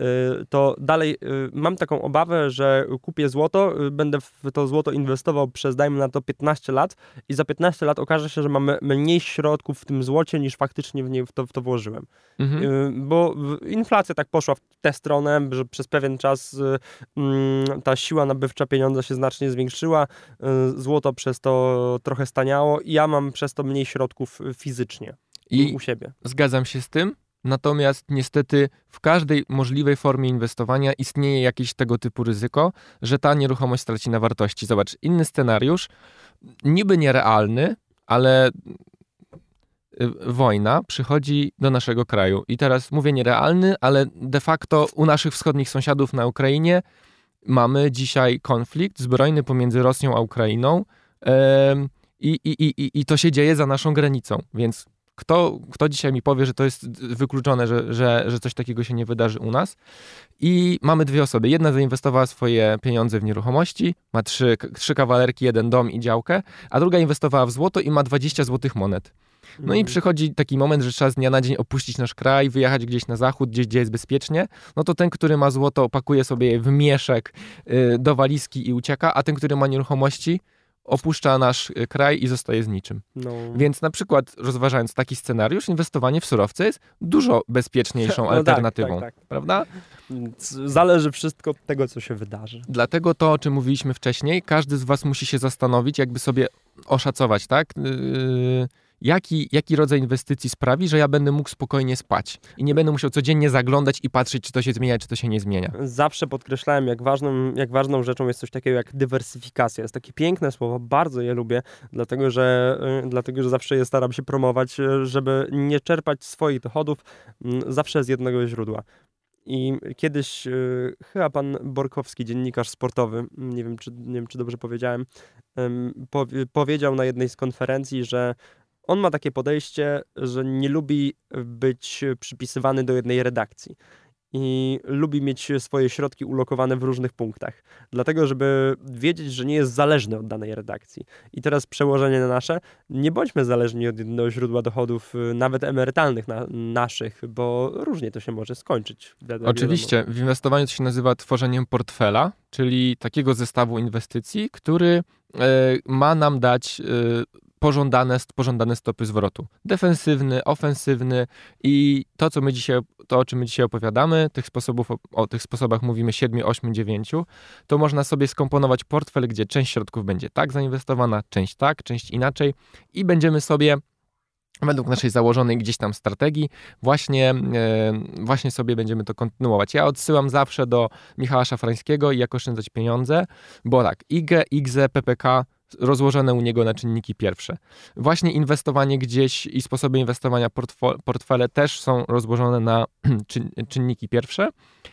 [SPEAKER 2] to dalej mam taką obawę, że kupię złoto, będę w to złoto inwestował przez, dajmy na to, piętnaście lat i za piętnaście lat okaże się, że mamy mniej środków w tym złocie, niż faktycznie w, nie, w, to, w to włożyłem. Mhm. Bo inflacja tak poszła w tę stronę, że przez pewien czas ta siła nabywcza pieniądza się znacznie zwiększyła, złoto przez to trochę staniało, i ja mam przez to mniej środków fizycznie I u siebie.
[SPEAKER 3] Zgadzam się z tym, natomiast niestety w każdej możliwej formie inwestowania istnieje jakieś tego typu ryzyko, że ta nieruchomość straci na wartości. Zobacz, inny scenariusz, niby nierealny, ale wojna przychodzi do naszego kraju. I teraz mówię nierealny, ale de facto u naszych wschodnich sąsiadów na Ukrainie mamy dzisiaj konflikt zbrojny pomiędzy Rosją a Ukrainą. Yy, I, i, i, I to się dzieje za naszą granicą, więc kto, kto dzisiaj mi powie, że to jest wykluczone, że, że, że coś takiego się nie wydarzy u nas. I mamy dwie osoby. Jedna zainwestowała swoje pieniądze w nieruchomości, ma trzy, trzy kawalerki, jeden dom i działkę, a druga inwestowała w złoto i ma dwadzieścia złotych monet. No i przychodzi taki moment, że trzeba z dnia na dzień opuścić nasz kraj, wyjechać gdzieś na zachód, gdzieś, gdzie jest bezpiecznie. No to ten, który ma złoto, opakuje sobie je w mieszek yy, do walizki i ucieka, a ten, który ma nieruchomości, opuszcza nasz kraj i zostaje z niczym. No. Więc na przykład rozważając taki scenariusz, inwestowanie w surowce jest dużo bezpieczniejszą no alternatywą. Tak, tak, tak. Prawda?
[SPEAKER 2] Zależy wszystko od tego, co się wydarzy.
[SPEAKER 3] Dlatego to, o czym mówiliśmy wcześniej, każdy z was musi się zastanowić, jakby sobie oszacować, tak? Yy, Jaki, jaki rodzaj inwestycji sprawi, że ja będę mógł spokojnie spać i nie będę musiał codziennie zaglądać i patrzeć, czy to się zmienia, czy to się nie zmienia.
[SPEAKER 2] Zawsze podkreślałem, jak ważną, jak ważną rzeczą jest coś takiego jak dywersyfikacja. Jest takie piękne słowo, bardzo je lubię, dlatego że, yy, dlatego, że zawsze je staram się promować, żeby nie czerpać swoich dochodów yy, zawsze z jednego źródła. I kiedyś yy, chyba pan Borkowski, dziennikarz sportowy, nie wiem, czy, nie wiem, czy dobrze powiedziałem, yy, powie, powiedział na jednej z konferencji, że on ma takie podejście, że nie lubi być przypisywany do jednej redakcji i lubi mieć swoje środki ulokowane w różnych punktach. Dlatego, żeby wiedzieć, że nie jest zależny od danej redakcji. I teraz przełożenie na nasze. Nie bądźmy zależni od jednego źródła dochodów, nawet emerytalnych na, naszych, bo różnie to się może skończyć.
[SPEAKER 3] Oczywiście. W inwestowaniu to się nazywa tworzeniem portfela, czyli takiego zestawu inwestycji, który y, ma nam dać y, Pożądane, pożądane stopy zwrotu. Defensywny, ofensywny i to, co my dzisiaj, to, o czym my dzisiaj opowiadamy, tych sposobów, o, o tych sposobach mówimy siedem, osiem, dziewięć, to można sobie skomponować portfel, gdzie część środków będzie tak zainwestowana, część tak, część inaczej i będziemy sobie według naszej założonej gdzieś tam strategii właśnie, e, właśnie sobie będziemy to kontynuować. Ja odsyłam zawsze do Michała Szafrańskiego i Jak oszczędzać pieniądze, bo tak, I G E, I G Z E, P P K rozłożone u niego na czynniki pierwsze. Właśnie inwestowanie gdzieś i sposoby inwestowania portfo- portfele też są rozłożone na czyn- czynniki pierwsze.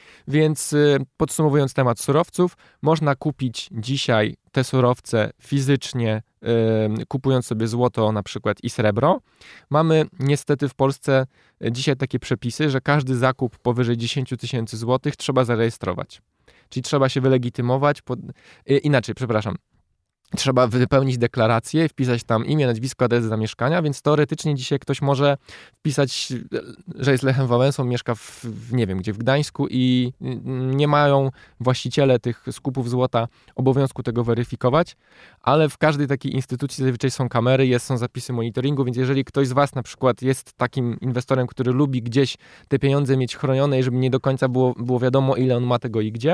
[SPEAKER 3] Więc podsumowując temat surowców, można kupić dzisiaj te surowce fizycznie, yy, kupując sobie złoto na przykład i srebro. Mamy niestety w Polsce dzisiaj takie przepisy, że każdy zakup powyżej dziesięć tysięcy złotych trzeba zarejestrować. Czyli trzeba się wylegitymować. Pod... Yy, inaczej, przepraszam. Trzeba wypełnić deklarację, wpisać tam imię, nazwisko, adres zamieszkania, więc teoretycznie dzisiaj ktoś może wpisać, że jest Lechem Wałęsą, mieszka w, w nie wiem gdzie, w Gdańsku i nie mają właściciele tych skupów złota obowiązku tego weryfikować, ale w każdej takiej instytucji zazwyczaj są kamery, jest, są zapisy monitoringu, więc jeżeli ktoś z was na przykład jest takim inwestorem, który lubi gdzieś te pieniądze mieć chronione i żeby nie do końca było, było wiadomo, ile on ma tego i gdzie,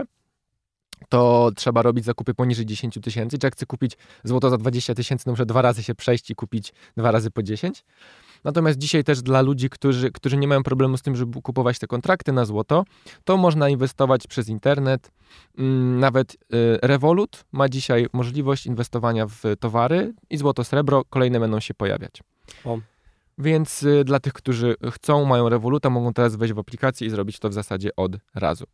[SPEAKER 3] to trzeba robić zakupy poniżej dziesięć tysięcy. Czy jak chcę kupić złoto za dwadzieścia tysięcy, no muszę dwa razy się przejść i kupić dwa razy po dziesięć. Natomiast dzisiaj też dla ludzi, którzy, którzy nie mają problemu z tym, żeby kupować te kontrakty na złoto, to można inwestować przez internet. Nawet Revolut ma dzisiaj możliwość inwestowania w towary i złoto, srebro, kolejne będą się pojawiać. O. Więc dla tych, którzy chcą, mają Revoluta, mogą teraz wejść w aplikację i zrobić to w zasadzie od razu.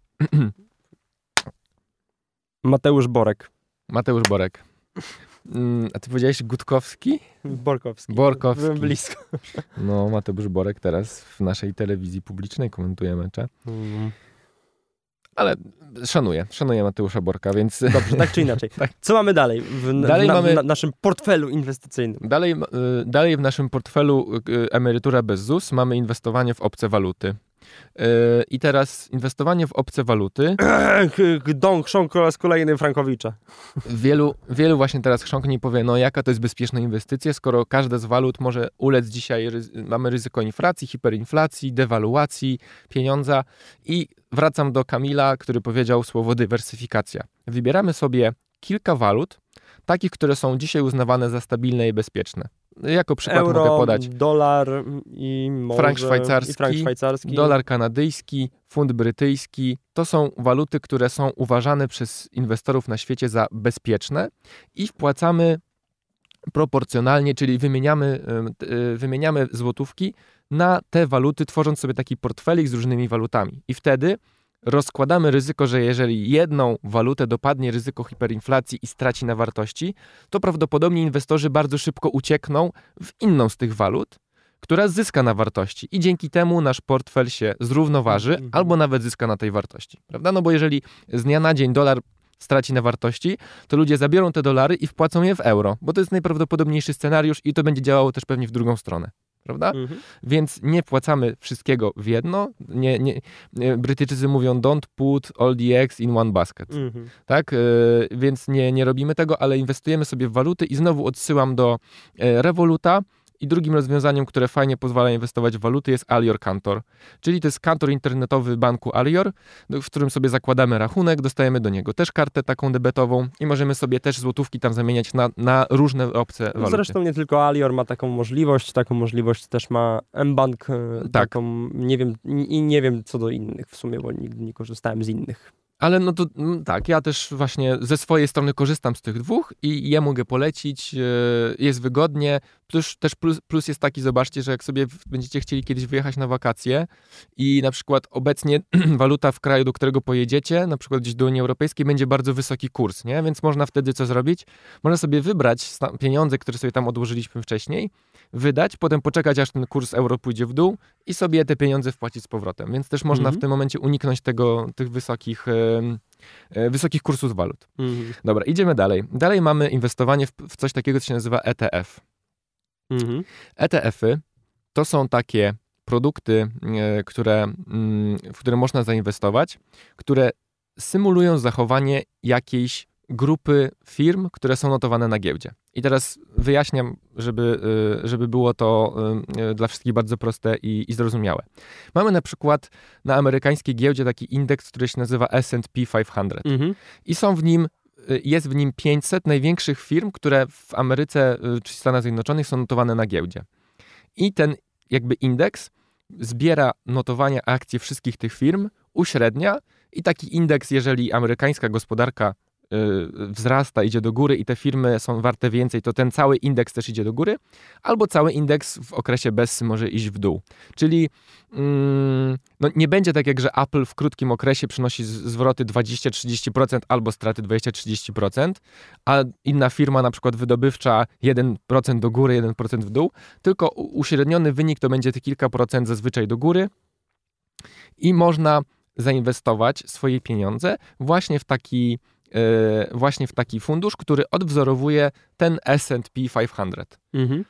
[SPEAKER 2] Mateusz Borek.
[SPEAKER 3] Mateusz Borek. A ty powiedziałeś Gutkowski?
[SPEAKER 2] Borkowski.
[SPEAKER 3] Borkowski.
[SPEAKER 2] Byłem blisko.
[SPEAKER 3] No, Mateusz Borek teraz w naszej telewizji publicznej komentuje mecze. Mm. Ale szanuję, szanuję Mateusza Borka, więc...
[SPEAKER 2] Dobrze, tak czy inaczej. Tak. Co mamy dalej w,
[SPEAKER 3] dalej
[SPEAKER 2] na,
[SPEAKER 3] mamy...
[SPEAKER 2] na naszym portfelu inwestycyjnym?
[SPEAKER 3] Dalej, dalej w naszym portfelu emerytura bez Z U S mamy inwestowanie w obce waluty. I teraz inwestowanie w obce waluty...
[SPEAKER 2] Don chrząkł po raz kolejny Frankowicza.
[SPEAKER 3] Wielu, wielu właśnie teraz chrząknie i powie, no jaka to jest bezpieczna inwestycja, skoro każda z walut może ulec dzisiaj, mamy ryzyko inflacji, hiperinflacji, dewaluacji pieniądza. I wracam do Kamila, który powiedział słowo dywersyfikacja. Wybieramy sobie kilka walut, takich, które są dzisiaj uznawane za stabilne i bezpieczne. Jako przykład
[SPEAKER 2] Euro,
[SPEAKER 3] mogę podać
[SPEAKER 2] dolar i może,
[SPEAKER 3] frank szwajcarski,
[SPEAKER 2] i frank szwajcarski,
[SPEAKER 3] dolar kanadyjski, funt brytyjski. To są waluty, które są uważane przez inwestorów na świecie za bezpieczne i wpłacamy proporcjonalnie, czyli wymieniamy, wymieniamy złotówki na te waluty, tworząc sobie taki portfelik z różnymi walutami. I wtedy rozkładamy ryzyko, że jeżeli jedną walutę dopadnie ryzyko hiperinflacji i straci na wartości, to prawdopodobnie inwestorzy bardzo szybko uciekną w inną z tych walut, która zyska na wartości i dzięki temu nasz portfel się zrównoważy
[SPEAKER 2] Mhm.
[SPEAKER 3] albo nawet zyska na tej wartości, prawda? No bo jeżeli z dnia na dzień dolar straci na wartości, to ludzie zabiorą te dolary i wpłacą je w euro, bo to jest najprawdopodobniejszy scenariusz i to będzie działało też pewnie w drugą stronę. Prawda?
[SPEAKER 2] Mhm.
[SPEAKER 3] Więc nie wpłacamy wszystkiego w jedno. Nie, nie, nie, Brytyjczycy mówią don't put all the eggs in one basket.
[SPEAKER 2] Mhm.
[SPEAKER 3] Tak? Yy, więc nie, nie robimy tego, ale inwestujemy sobie w waluty i znowu odsyłam do yy, Revoluta. I drugim rozwiązaniem, które fajnie pozwala inwestować w waluty, jest Alior Kantor. Czyli to jest kantor internetowy banku Alior, w którym sobie zakładamy rachunek, dostajemy do niego też kartę taką debetową i możemy sobie też złotówki tam zamieniać na, na różne obce waluty.
[SPEAKER 2] Zresztą nie tylko Alior ma taką możliwość, taką możliwość też ma mBank,
[SPEAKER 3] Tak.
[SPEAKER 2] taką, nie wiem, i nie wiem co do innych w sumie, bo nigdy nie korzystałem z innych.
[SPEAKER 3] Ale no to mm, tak, ja też właśnie ze swojej strony korzystam z tych dwóch i je mogę polecić, yy, jest wygodnie. Plus, też plus, plus jest taki, zobaczcie, że jak sobie w- będziecie chcieli kiedyś wyjechać na wakacje i na przykład obecnie waluta w kraju, do którego pojedziecie, na przykład gdzieś do Unii Europejskiej, będzie bardzo wysoki kurs, nie? Więc można wtedy co zrobić? Można sobie wybrać sta- pieniądze, które sobie tam odłożyliśmy wcześniej, wydać, potem poczekać, aż ten kurs euro pójdzie w dół i sobie te pieniądze wpłacić z powrotem. Więc też można
[SPEAKER 2] Mhm.
[SPEAKER 3] w tym momencie uniknąć tego, tych wysokich, em, e, wysokich kursów walut.
[SPEAKER 2] Mhm.
[SPEAKER 3] Dobra, idziemy dalej. Dalej mamy inwestowanie w, w coś takiego, co się nazywa E T F.
[SPEAKER 2] Mhm.
[SPEAKER 3] E T F-y to są takie produkty, e, które, mm, w które można zainwestować, które symulują zachowanie jakiejś grupy firm, które są notowane na giełdzie. I teraz wyjaśniam, żeby, y, żeby było to y, dla wszystkich bardzo proste i, i zrozumiałe. Mamy na przykład na amerykańskiej giełdzie taki indeks, który się nazywa S and P pięćset
[SPEAKER 2] Mhm.
[SPEAKER 3] i są w nim, y, jest w nim pięćset największych firm, które w Ameryce y, czy Stanach Zjednoczonych są notowane na giełdzie. I ten jakby indeks zbiera notowania akcji wszystkich tych firm, uśrednia i taki indeks, jeżeli amerykańska gospodarka y, wzrasta, idzie do góry i te firmy są warte więcej, to ten cały indeks też idzie do góry, albo cały indeks w okresie Bessy może iść w dół. Czyli mm, no nie będzie tak jak, że Apple w krótkim okresie przynosi z- zwroty dwadzieścia do trzydziestu procent albo straty dwadzieścia do trzydziestu procent, a inna firma, na przykład wydobywcza, jeden procent do góry, jeden procent w dół, tylko u- uśredniony wynik to będzie te kilka procent zazwyczaj do góry i można zainwestować swoje pieniądze właśnie w taki, e, właśnie w taki fundusz, który odwzorowuje ten S and P pięćset.
[SPEAKER 2] Mhm.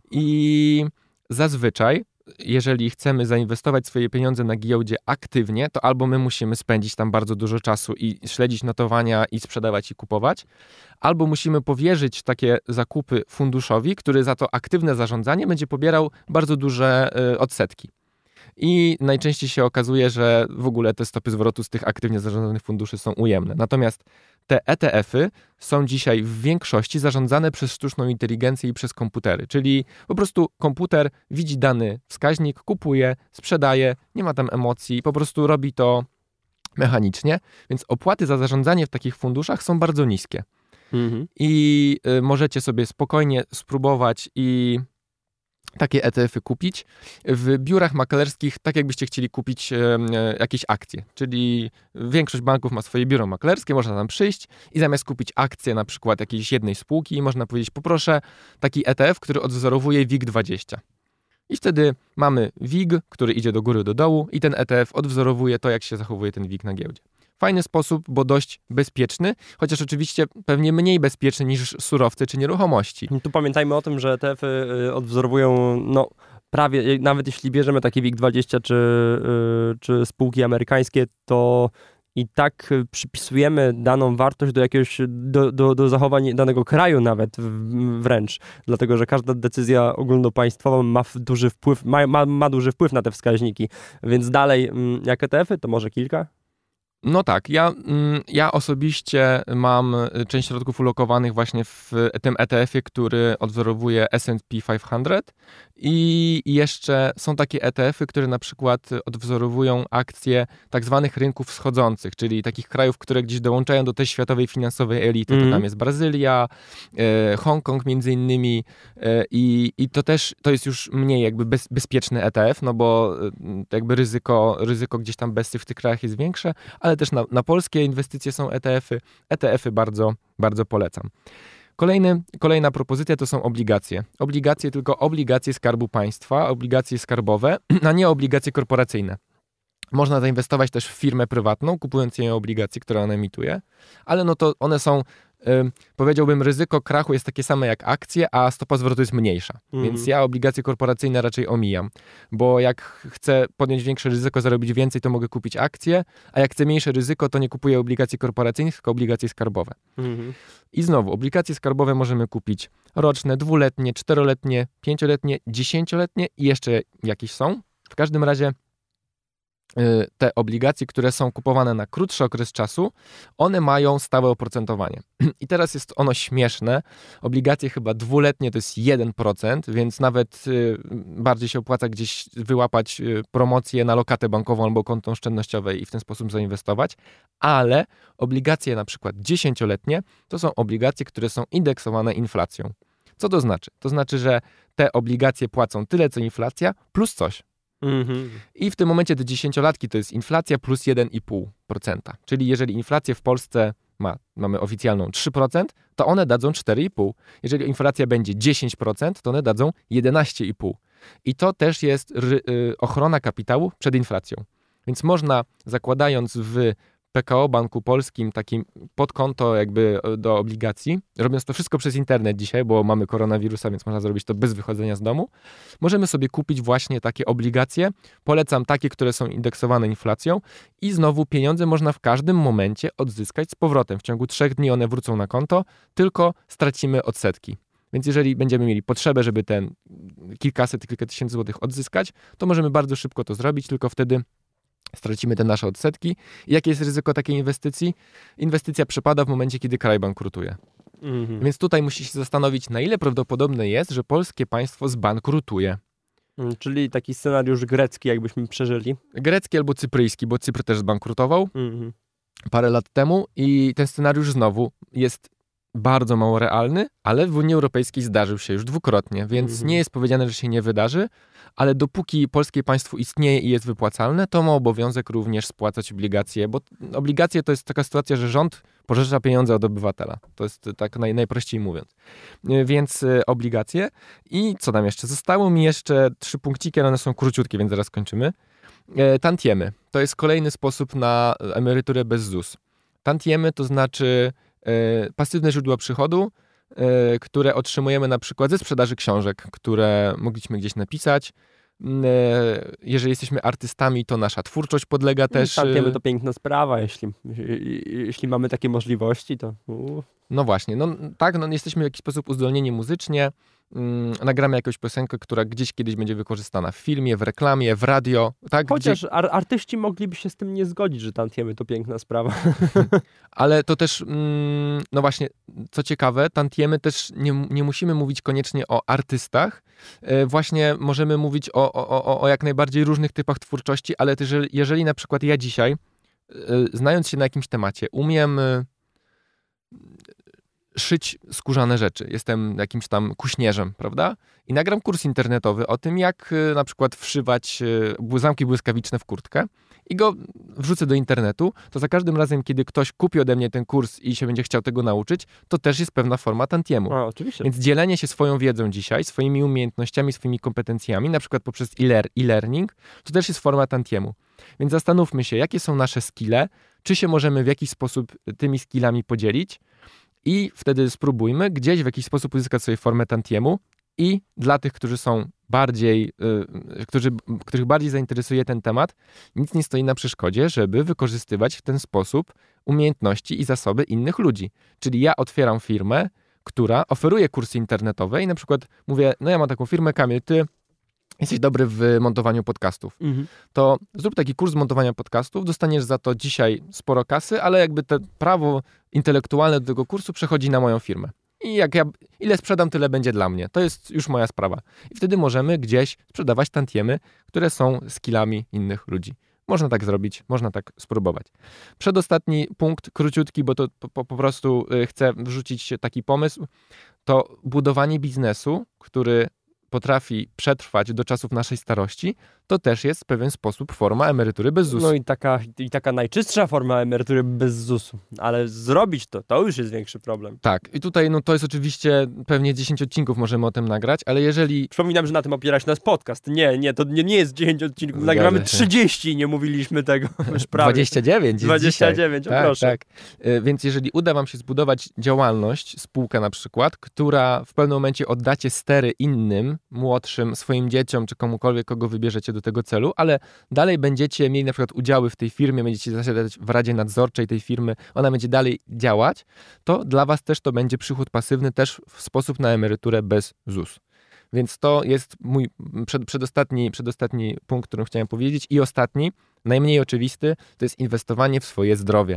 [SPEAKER 3] I zazwyczaj, jeżeli chcemy zainwestować swoje pieniądze na giełdzie aktywnie, to albo my musimy spędzić tam bardzo dużo czasu i śledzić notowania i sprzedawać i kupować, albo musimy powierzyć takie zakupy funduszowi, który za to aktywne zarządzanie będzie pobierał bardzo duże y, odsetki. I najczęściej się okazuje, że w ogóle te stopy zwrotu z tych aktywnie zarządzanych funduszy są ujemne. Natomiast te E T F-y są dzisiaj w większości zarządzane przez sztuczną inteligencję i przez komputery. Czyli po prostu komputer widzi dany wskaźnik, kupuje, sprzedaje, nie ma tam emocji, po prostu robi to mechanicznie. Więc opłaty za zarządzanie w takich funduszach są bardzo niskie.
[SPEAKER 2] Mhm.
[SPEAKER 3] I y, możecie sobie spokojnie spróbować i takie E T F-y kupić w biurach maklerskich, tak jakbyście chcieli kupić e, jakieś akcje. Czyli większość banków ma swoje biuro maklerskie, można tam przyjść i zamiast kupić akcję na przykład jakiejś jednej spółki, można powiedzieć, poproszę taki E T F, który odwzorowuje WIG dwadzieścia. I wtedy mamy WIG, który idzie do góry, do dołu i ten E T F odwzorowuje to, jak się zachowuje ten WIG na giełdzie. Fajny sposób, bo dość bezpieczny, chociaż oczywiście pewnie mniej bezpieczny niż surowce czy nieruchomości.
[SPEAKER 2] Tu pamiętajmy o tym, że E T F-y y, odwzorowują, no prawie, nawet jeśli bierzemy takie WIG dwadzieścia czy, y, czy spółki amerykańskie, to i tak y, przypisujemy daną wartość do jakiegoś, do, do, do zachowań danego kraju nawet w- wręcz, dlatego że każda decyzja ogólnopaństwowa ma w- duży wpływ, ma, ma, ma duży wpływ na te wskaźniki, więc dalej mm, jak E T F-y, to może kilka?
[SPEAKER 3] No tak, ja, mm, ja osobiście mam y, część środków ulokowanych właśnie w tym E T F-ie, który odwzorowuje S and P pięćset i jeszcze są takie E T F-y, które na przykład odwzorowują akcje tak zwanych rynków wschodzących, czyli takich krajów, które gdzieś dołączają do tej światowej finansowej elity.
[SPEAKER 2] Mhm.
[SPEAKER 3] To tam jest Brazylia, e, Hongkong między innymi e, i, i to też, to jest już mniej jakby bez, bezpieczny E T F, no bo e, jakby ryzyko, ryzyko gdzieś tam Bessy w tych krajach jest większe, ale też na, na polskie inwestycje są E T F-y. E T F-y bardzo, bardzo polecam. Kolejny, kolejna propozycja to są obligacje. Obligacje, tylko obligacje Skarbu Państwa, obligacje skarbowe, a nie obligacje korporacyjne. Można zainwestować też w firmę prywatną, kupując jej obligacje, które ona emituje, ale no to one są, y, powiedziałbym, ryzyko krachu jest takie same jak akcje, a stopa zwrotu jest mniejsza. Mm. Więc ja obligacje korporacyjne raczej omijam, bo jak chcę podjąć większe ryzyko, zarobić więcej, to mogę kupić akcje, a jak chcę mniejsze ryzyko, to nie kupuję obligacji korporacyjnych, tylko obligacje skarbowe. Mm. I znowu, obligacje skarbowe możemy kupić roczne, dwuletnie, czteroletnie, pięcioletnie, dziesięcioletnie i jeszcze jakieś są. W każdym razie te obligacje, które są kupowane na krótszy okres czasu, one mają stałe oprocentowanie. I teraz jest ono śmieszne. Obligacje chyba dwuletnie to jest jeden procent, więc nawet bardziej się opłaca gdzieś wyłapać promocję na lokatę bankową albo konto oszczędnościowe i w ten sposób zainwestować, ale obligacje na przykład dziesięcioletnie to są obligacje, które są indeksowane inflacją. Co to znaczy? To znaczy, że te obligacje płacą tyle, co inflacja, plus coś. Mm-hmm. I w tym momencie te dziesięciolatki to jest inflacja plus jeden i pół procent. Czyli jeżeli inflację w Polsce ma, mamy oficjalną trzy procent, to one dadzą cztery i pół procent. Jeżeli inflacja będzie dziesięć procent, to one dadzą jedenaście i pół procent. I to też jest ry, y, ochrona kapitału przed inflacją. Więc można, zakładając w P K O Banku Polskim takim podkonto jakby do obligacji, robiąc to wszystko przez internet dzisiaj, bo mamy koronawirusa, więc można zrobić to bez wychodzenia z domu, możemy sobie kupić właśnie takie obligacje. Polecam takie, które są indeksowane inflacją i znowu pieniądze można w każdym momencie odzyskać z powrotem. W ciągu trzech dni one wrócą na konto, tylko stracimy odsetki. Więc jeżeli będziemy mieli potrzebę, żeby ten kilkaset, kilka tysięcy złotych odzyskać, to możemy bardzo szybko to zrobić, tylko wtedy stracimy te nasze odsetki. I jakie jest ryzyko takiej inwestycji? Inwestycja przepada w momencie, kiedy kraj bankrutuje. Mhm. Więc tutaj musi się zastanowić, na ile prawdopodobne jest, że polskie państwo zbankrutuje.
[SPEAKER 2] Czyli taki scenariusz grecki, jakbyśmy przeżyli.
[SPEAKER 3] Grecki albo cypryjski, bo Cypr też zbankrutował mhm. parę lat temu i ten scenariusz znowu jest bardzo mało realny, ale w Unii Europejskiej zdarzył się już dwukrotnie, więc mhm. nie jest powiedziane, że się nie wydarzy, ale dopóki polskie państwo istnieje i jest wypłacalne, to ma obowiązek również spłacać obligacje, bo obligacje to jest taka sytuacja, że rząd pożycza pieniądze od obywatela. To jest tak naj, najprościej mówiąc. Więc y, obligacje i co tam jeszcze? Zostało mi jeszcze trzy punkciki, ale one są króciutkie, więc zaraz kończymy. E, tantiemy. To jest kolejny sposób na emeryturę bez Z U S. Tantiemy to znaczy pasywne źródła przychodu, które otrzymujemy na przykład ze sprzedaży książek, które mogliśmy gdzieś napisać. Jeżeli jesteśmy artystami, to nasza twórczość podlega też...
[SPEAKER 2] Tantiemy to piękna sprawa, jeśli, jeśli mamy takie możliwości, to...
[SPEAKER 3] No właśnie, no tak, no jesteśmy w jakiś sposób uzdolnieni muzycznie, mm, nagramy jakąś piosenkę, która gdzieś kiedyś będzie wykorzystana w filmie, w reklamie, w radio. Tak?
[SPEAKER 2] Chociaż gdzie... ar- artyści mogliby się z tym nie zgodzić, że tantiemy to piękna sprawa.
[SPEAKER 3] Ale to też, mm, no właśnie, co ciekawe, tantiemy też nie, nie musimy mówić koniecznie o artystach, e, właśnie możemy mówić o, o, o, o jak najbardziej różnych typach twórczości, ale też jeżeli, jeżeli na przykład ja dzisiaj, e, znając się na jakimś temacie, umiem... E, szyć skórzane rzeczy. Jestem jakimś tam kuśnierzem, prawda? I nagram kurs internetowy o tym, jak na przykład wszywać zamki błyskawiczne w kurtkę i go wrzucę do internetu, to za każdym razem, kiedy ktoś kupi ode mnie ten kurs i się będzie chciał tego nauczyć, to też jest pewna forma tantiemu.
[SPEAKER 2] A, oczywiście.
[SPEAKER 3] Więc dzielenie się swoją wiedzą dzisiaj, swoimi umiejętnościami, swoimi kompetencjami, na przykład poprzez e-learning, to też jest forma tantiemu. Więc zastanówmy się, jakie są nasze skille, czy się możemy w jakiś sposób tymi skillami podzielić, i wtedy spróbujmy gdzieś w jakiś sposób uzyskać sobie formę tantiemu i dla tych, którzy są bardziej, y, którzy, których bardziej zainteresuje ten temat, nic nie stoi na przeszkodzie, żeby wykorzystywać w ten sposób umiejętności i zasoby innych ludzi. Czyli ja otwieram firmę, która oferuje kursy internetowe i na przykład mówię, no ja mam taką firmę, Kamil, ty jesteś dobry w montowaniu podcastów, mhm. to zrób taki kurs montowania podcastów, dostaniesz za to dzisiaj sporo kasy, ale jakby to prawo intelektualne do tego kursu przechodzi na moją firmę. I jak ja, ile sprzedam, tyle będzie dla mnie. To jest już moja sprawa. I wtedy możemy gdzieś sprzedawać tantiemy, które są skillami innych ludzi. Można tak zrobić, można tak spróbować. Przedostatni punkt, króciutki, bo to po, po prostu chcę wrzucić taki pomysł, to budowanie biznesu, który potrafi przetrwać do czasów naszej starości, to też jest w pewien sposób forma emerytury bez zusu.
[SPEAKER 2] No i taka, i taka najczystsza forma emerytury bez zusu. Ale zrobić to, to już jest większy problem.
[SPEAKER 3] Tak. I tutaj no to jest oczywiście, pewnie dziesięć odcinków możemy o tym nagrać, ale jeżeli...
[SPEAKER 2] Przypominam, że na tym opiera się nasz podcast. Nie, nie, to nie, nie jest dziesięć odcinków.
[SPEAKER 3] Zgadza
[SPEAKER 2] Nagramy
[SPEAKER 3] się.
[SPEAKER 2] trzydzieści i nie mówiliśmy tego już prawie.
[SPEAKER 3] dwadzieścia dziewięć jest
[SPEAKER 2] dwadzieścia dziewięć,
[SPEAKER 3] dzisiaj.
[SPEAKER 2] o proszę.
[SPEAKER 3] Tak, tak. Y, Więc jeżeli uda wam się zbudować działalność, spółkę na przykład, która w pewnym momencie oddacie stery innym, młodszym, swoim dzieciom, czy komukolwiek, kogo wybierzecie do tego celu, ale dalej będziecie mieli na przykład udziały w tej firmie, będziecie zasiadać w radzie nadzorczej tej firmy, ona będzie dalej działać, to dla was też to będzie przychód pasywny, też w sposób na emeryturę bez ZUS. Więc to jest mój przed, przedostatni, przedostatni punkt, który chciałem powiedzieć. I ostatni, najmniej oczywisty, to jest inwestowanie w swoje zdrowie.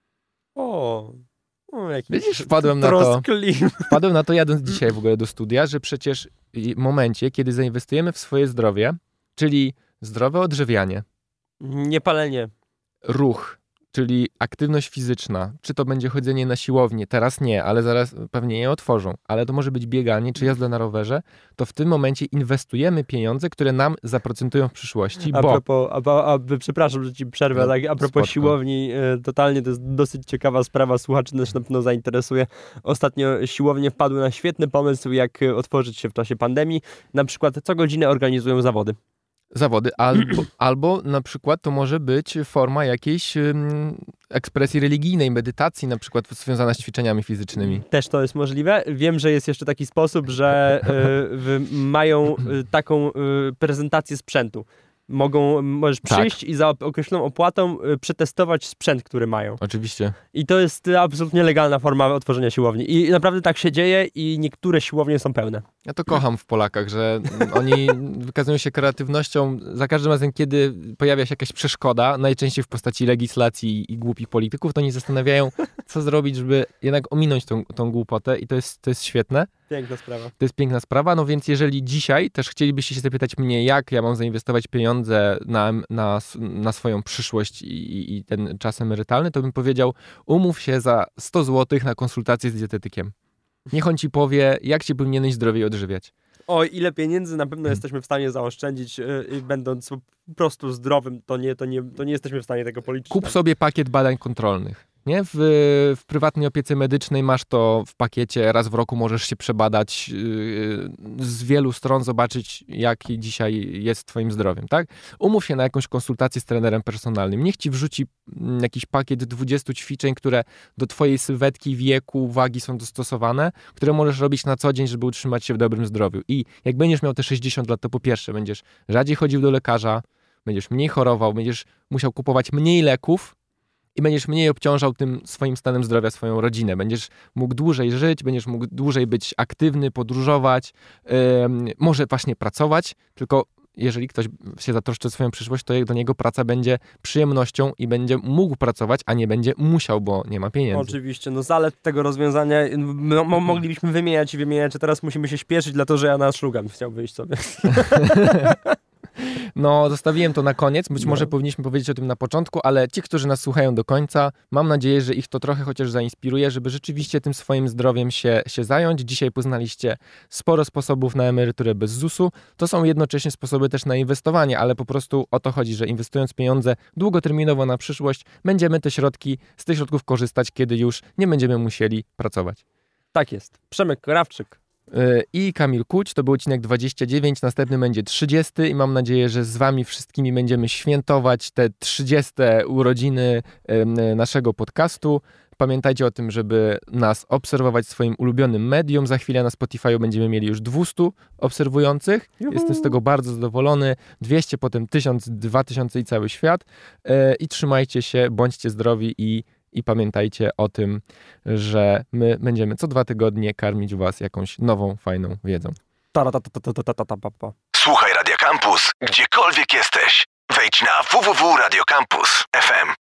[SPEAKER 2] O, o jakiś
[SPEAKER 3] Widzisz, wpadłem na to.
[SPEAKER 2] troskliwy.
[SPEAKER 3] Wpadłem na to jadąc dzisiaj w ogóle do studia, że przecież w momencie, kiedy zainwestujemy w swoje zdrowie, czyli zdrowe odżywianie,
[SPEAKER 2] Niepalenie.
[SPEAKER 3] ruch, czyli aktywność fizyczna, czy to będzie chodzenie na siłownię, teraz nie, ale zaraz pewnie je otworzą, ale to może być bieganie, czy jazda na rowerze, to w tym momencie inwestujemy pieniądze, które nam zaprocentują w przyszłości,
[SPEAKER 2] A
[SPEAKER 3] bo...
[SPEAKER 2] propos, a, a, a, przepraszam, że ci przerwę,
[SPEAKER 3] No,
[SPEAKER 2] tak, a propos
[SPEAKER 3] spoko.
[SPEAKER 2] siłowni, e, totalnie to jest dosyć ciekawa sprawa, słuchaczy też na pewno zainteresuje. Ostatnio siłownie wpadły na świetny pomysł, jak e, otworzyć się w czasie pandemii. Na przykład co godzinę organizują zawody.
[SPEAKER 3] Zawody, albo, albo na przykład to może być forma jakiejś um, ekspresji religijnej, medytacji na przykład związana z ćwiczeniami fizycznymi.
[SPEAKER 2] Też to jest możliwe. Wiem, że jest jeszcze taki sposób, że y, w, mają y, taką y, prezentację sprzętu. Mogą, możesz przyjść
[SPEAKER 3] Tak.
[SPEAKER 2] i za określoną opłatą y, przetestować sprzęt, który mają.
[SPEAKER 3] Oczywiście.
[SPEAKER 2] I to jest y, absolutnie legalna forma otworzenia siłowni. I naprawdę tak się dzieje i niektóre siłownie są pełne.
[SPEAKER 3] Ja to kocham w Polakach, że oni wykazują się kreatywnością za każdym razem, kiedy pojawia się jakaś przeszkoda, najczęściej w postaci legislacji i głupich polityków, to oni zastanawiają, co zrobić, żeby jednak ominąć tą, tą głupotę i to jest, to jest świetne.
[SPEAKER 2] Piękna sprawa.
[SPEAKER 3] To jest piękna sprawa, no więc jeżeli dzisiaj też chcielibyście się zapytać mnie, jak ja mam zainwestować pieniądze na, na, na swoją przyszłość i, i ten czas emerytalny, to bym powiedział, umów się za sto złotych na konsultację z dietetykiem. Niech on ci powie, jak się powinieneś zdrowiej odżywiać.
[SPEAKER 2] O, ile pieniędzy na pewno jesteśmy w stanie zaoszczędzić, yy, będąc po prostu zdrowym, to nie, to, nie, to nie jesteśmy w stanie tego policzyć.
[SPEAKER 3] Kup sobie pakiet badań kontrolnych. Nie? W, w prywatnej opiece medycznej masz to w pakiecie, raz w roku możesz się przebadać yy, z wielu stron, zobaczyć, jak dzisiaj jest twoim zdrowiem, tak? Umów się na jakąś konsultację z trenerem personalnym. Niech ci wrzuci jakiś pakiet dwudziestu ćwiczeń, które do twojej sylwetki, wieku, wagi są dostosowane, które możesz robić na co dzień, żeby utrzymać się w dobrym zdrowiu. I jak będziesz miał te sześćdziesiąt lat, to po pierwsze będziesz rzadziej chodził do lekarza, będziesz mniej chorował, będziesz musiał kupować mniej leków, i będziesz mniej obciążał tym swoim stanem zdrowia swoją rodzinę. Będziesz mógł dłużej żyć, będziesz mógł dłużej być aktywny, podróżować, yy, może właśnie pracować, tylko jeżeli ktoś się zatroszczy o swoją przyszłość, to do niego praca będzie przyjemnością i będzie mógł pracować, a nie będzie musiał, bo nie ma pieniędzy.
[SPEAKER 2] Oczywiście, no zalet tego rozwiązania no, mo- moglibyśmy wymieniać i wymieniać, a teraz musimy się śpieszyć, dlatego że ja na szlugam chciał wyjść sobie.
[SPEAKER 3] No, zostawiłem to na koniec, być
[SPEAKER 2] No.
[SPEAKER 3] może powinniśmy powiedzieć o tym na początku, ale ci, którzy nas słuchają do końca, mam nadzieję, że ich to trochę chociaż zainspiruje, żeby rzeczywiście tym swoim zdrowiem się, się zająć. Dzisiaj poznaliście sporo sposobów na emeryturę bez zusu. To są jednocześnie sposoby też na inwestowanie, ale po prostu o to chodzi, że inwestując pieniądze długoterminowo na przyszłość, będziemy te środki, z tych środków korzystać, kiedy już nie będziemy musieli pracować.
[SPEAKER 2] Tak jest. Przemek Korawczyk.
[SPEAKER 3] I Kamil Kuć, to był odcinek dwadzieścia dziewięć, następny będzie trzydziesty i mam nadzieję, że z wami wszystkimi będziemy świętować te trzydzieste urodziny naszego podcastu. Pamiętajcie o tym, żeby nas obserwować w swoim ulubionym medium. Za chwilę na Spotify będziemy mieli już dwieście obserwujących. Juhu. Jestem z tego bardzo zadowolony. dwieście, potem tysiąc, dwa tysiące i cały świat. I trzymajcie się, bądźcie zdrowi i I pamiętajcie o tym, że my będziemy co dwa tygodnie karmić was jakąś nową, fajną wiedzą.
[SPEAKER 1] Słuchaj Radio Campus, gdziekolwiek jesteś. Wejdź na w w w kropka radio campus kropka f m.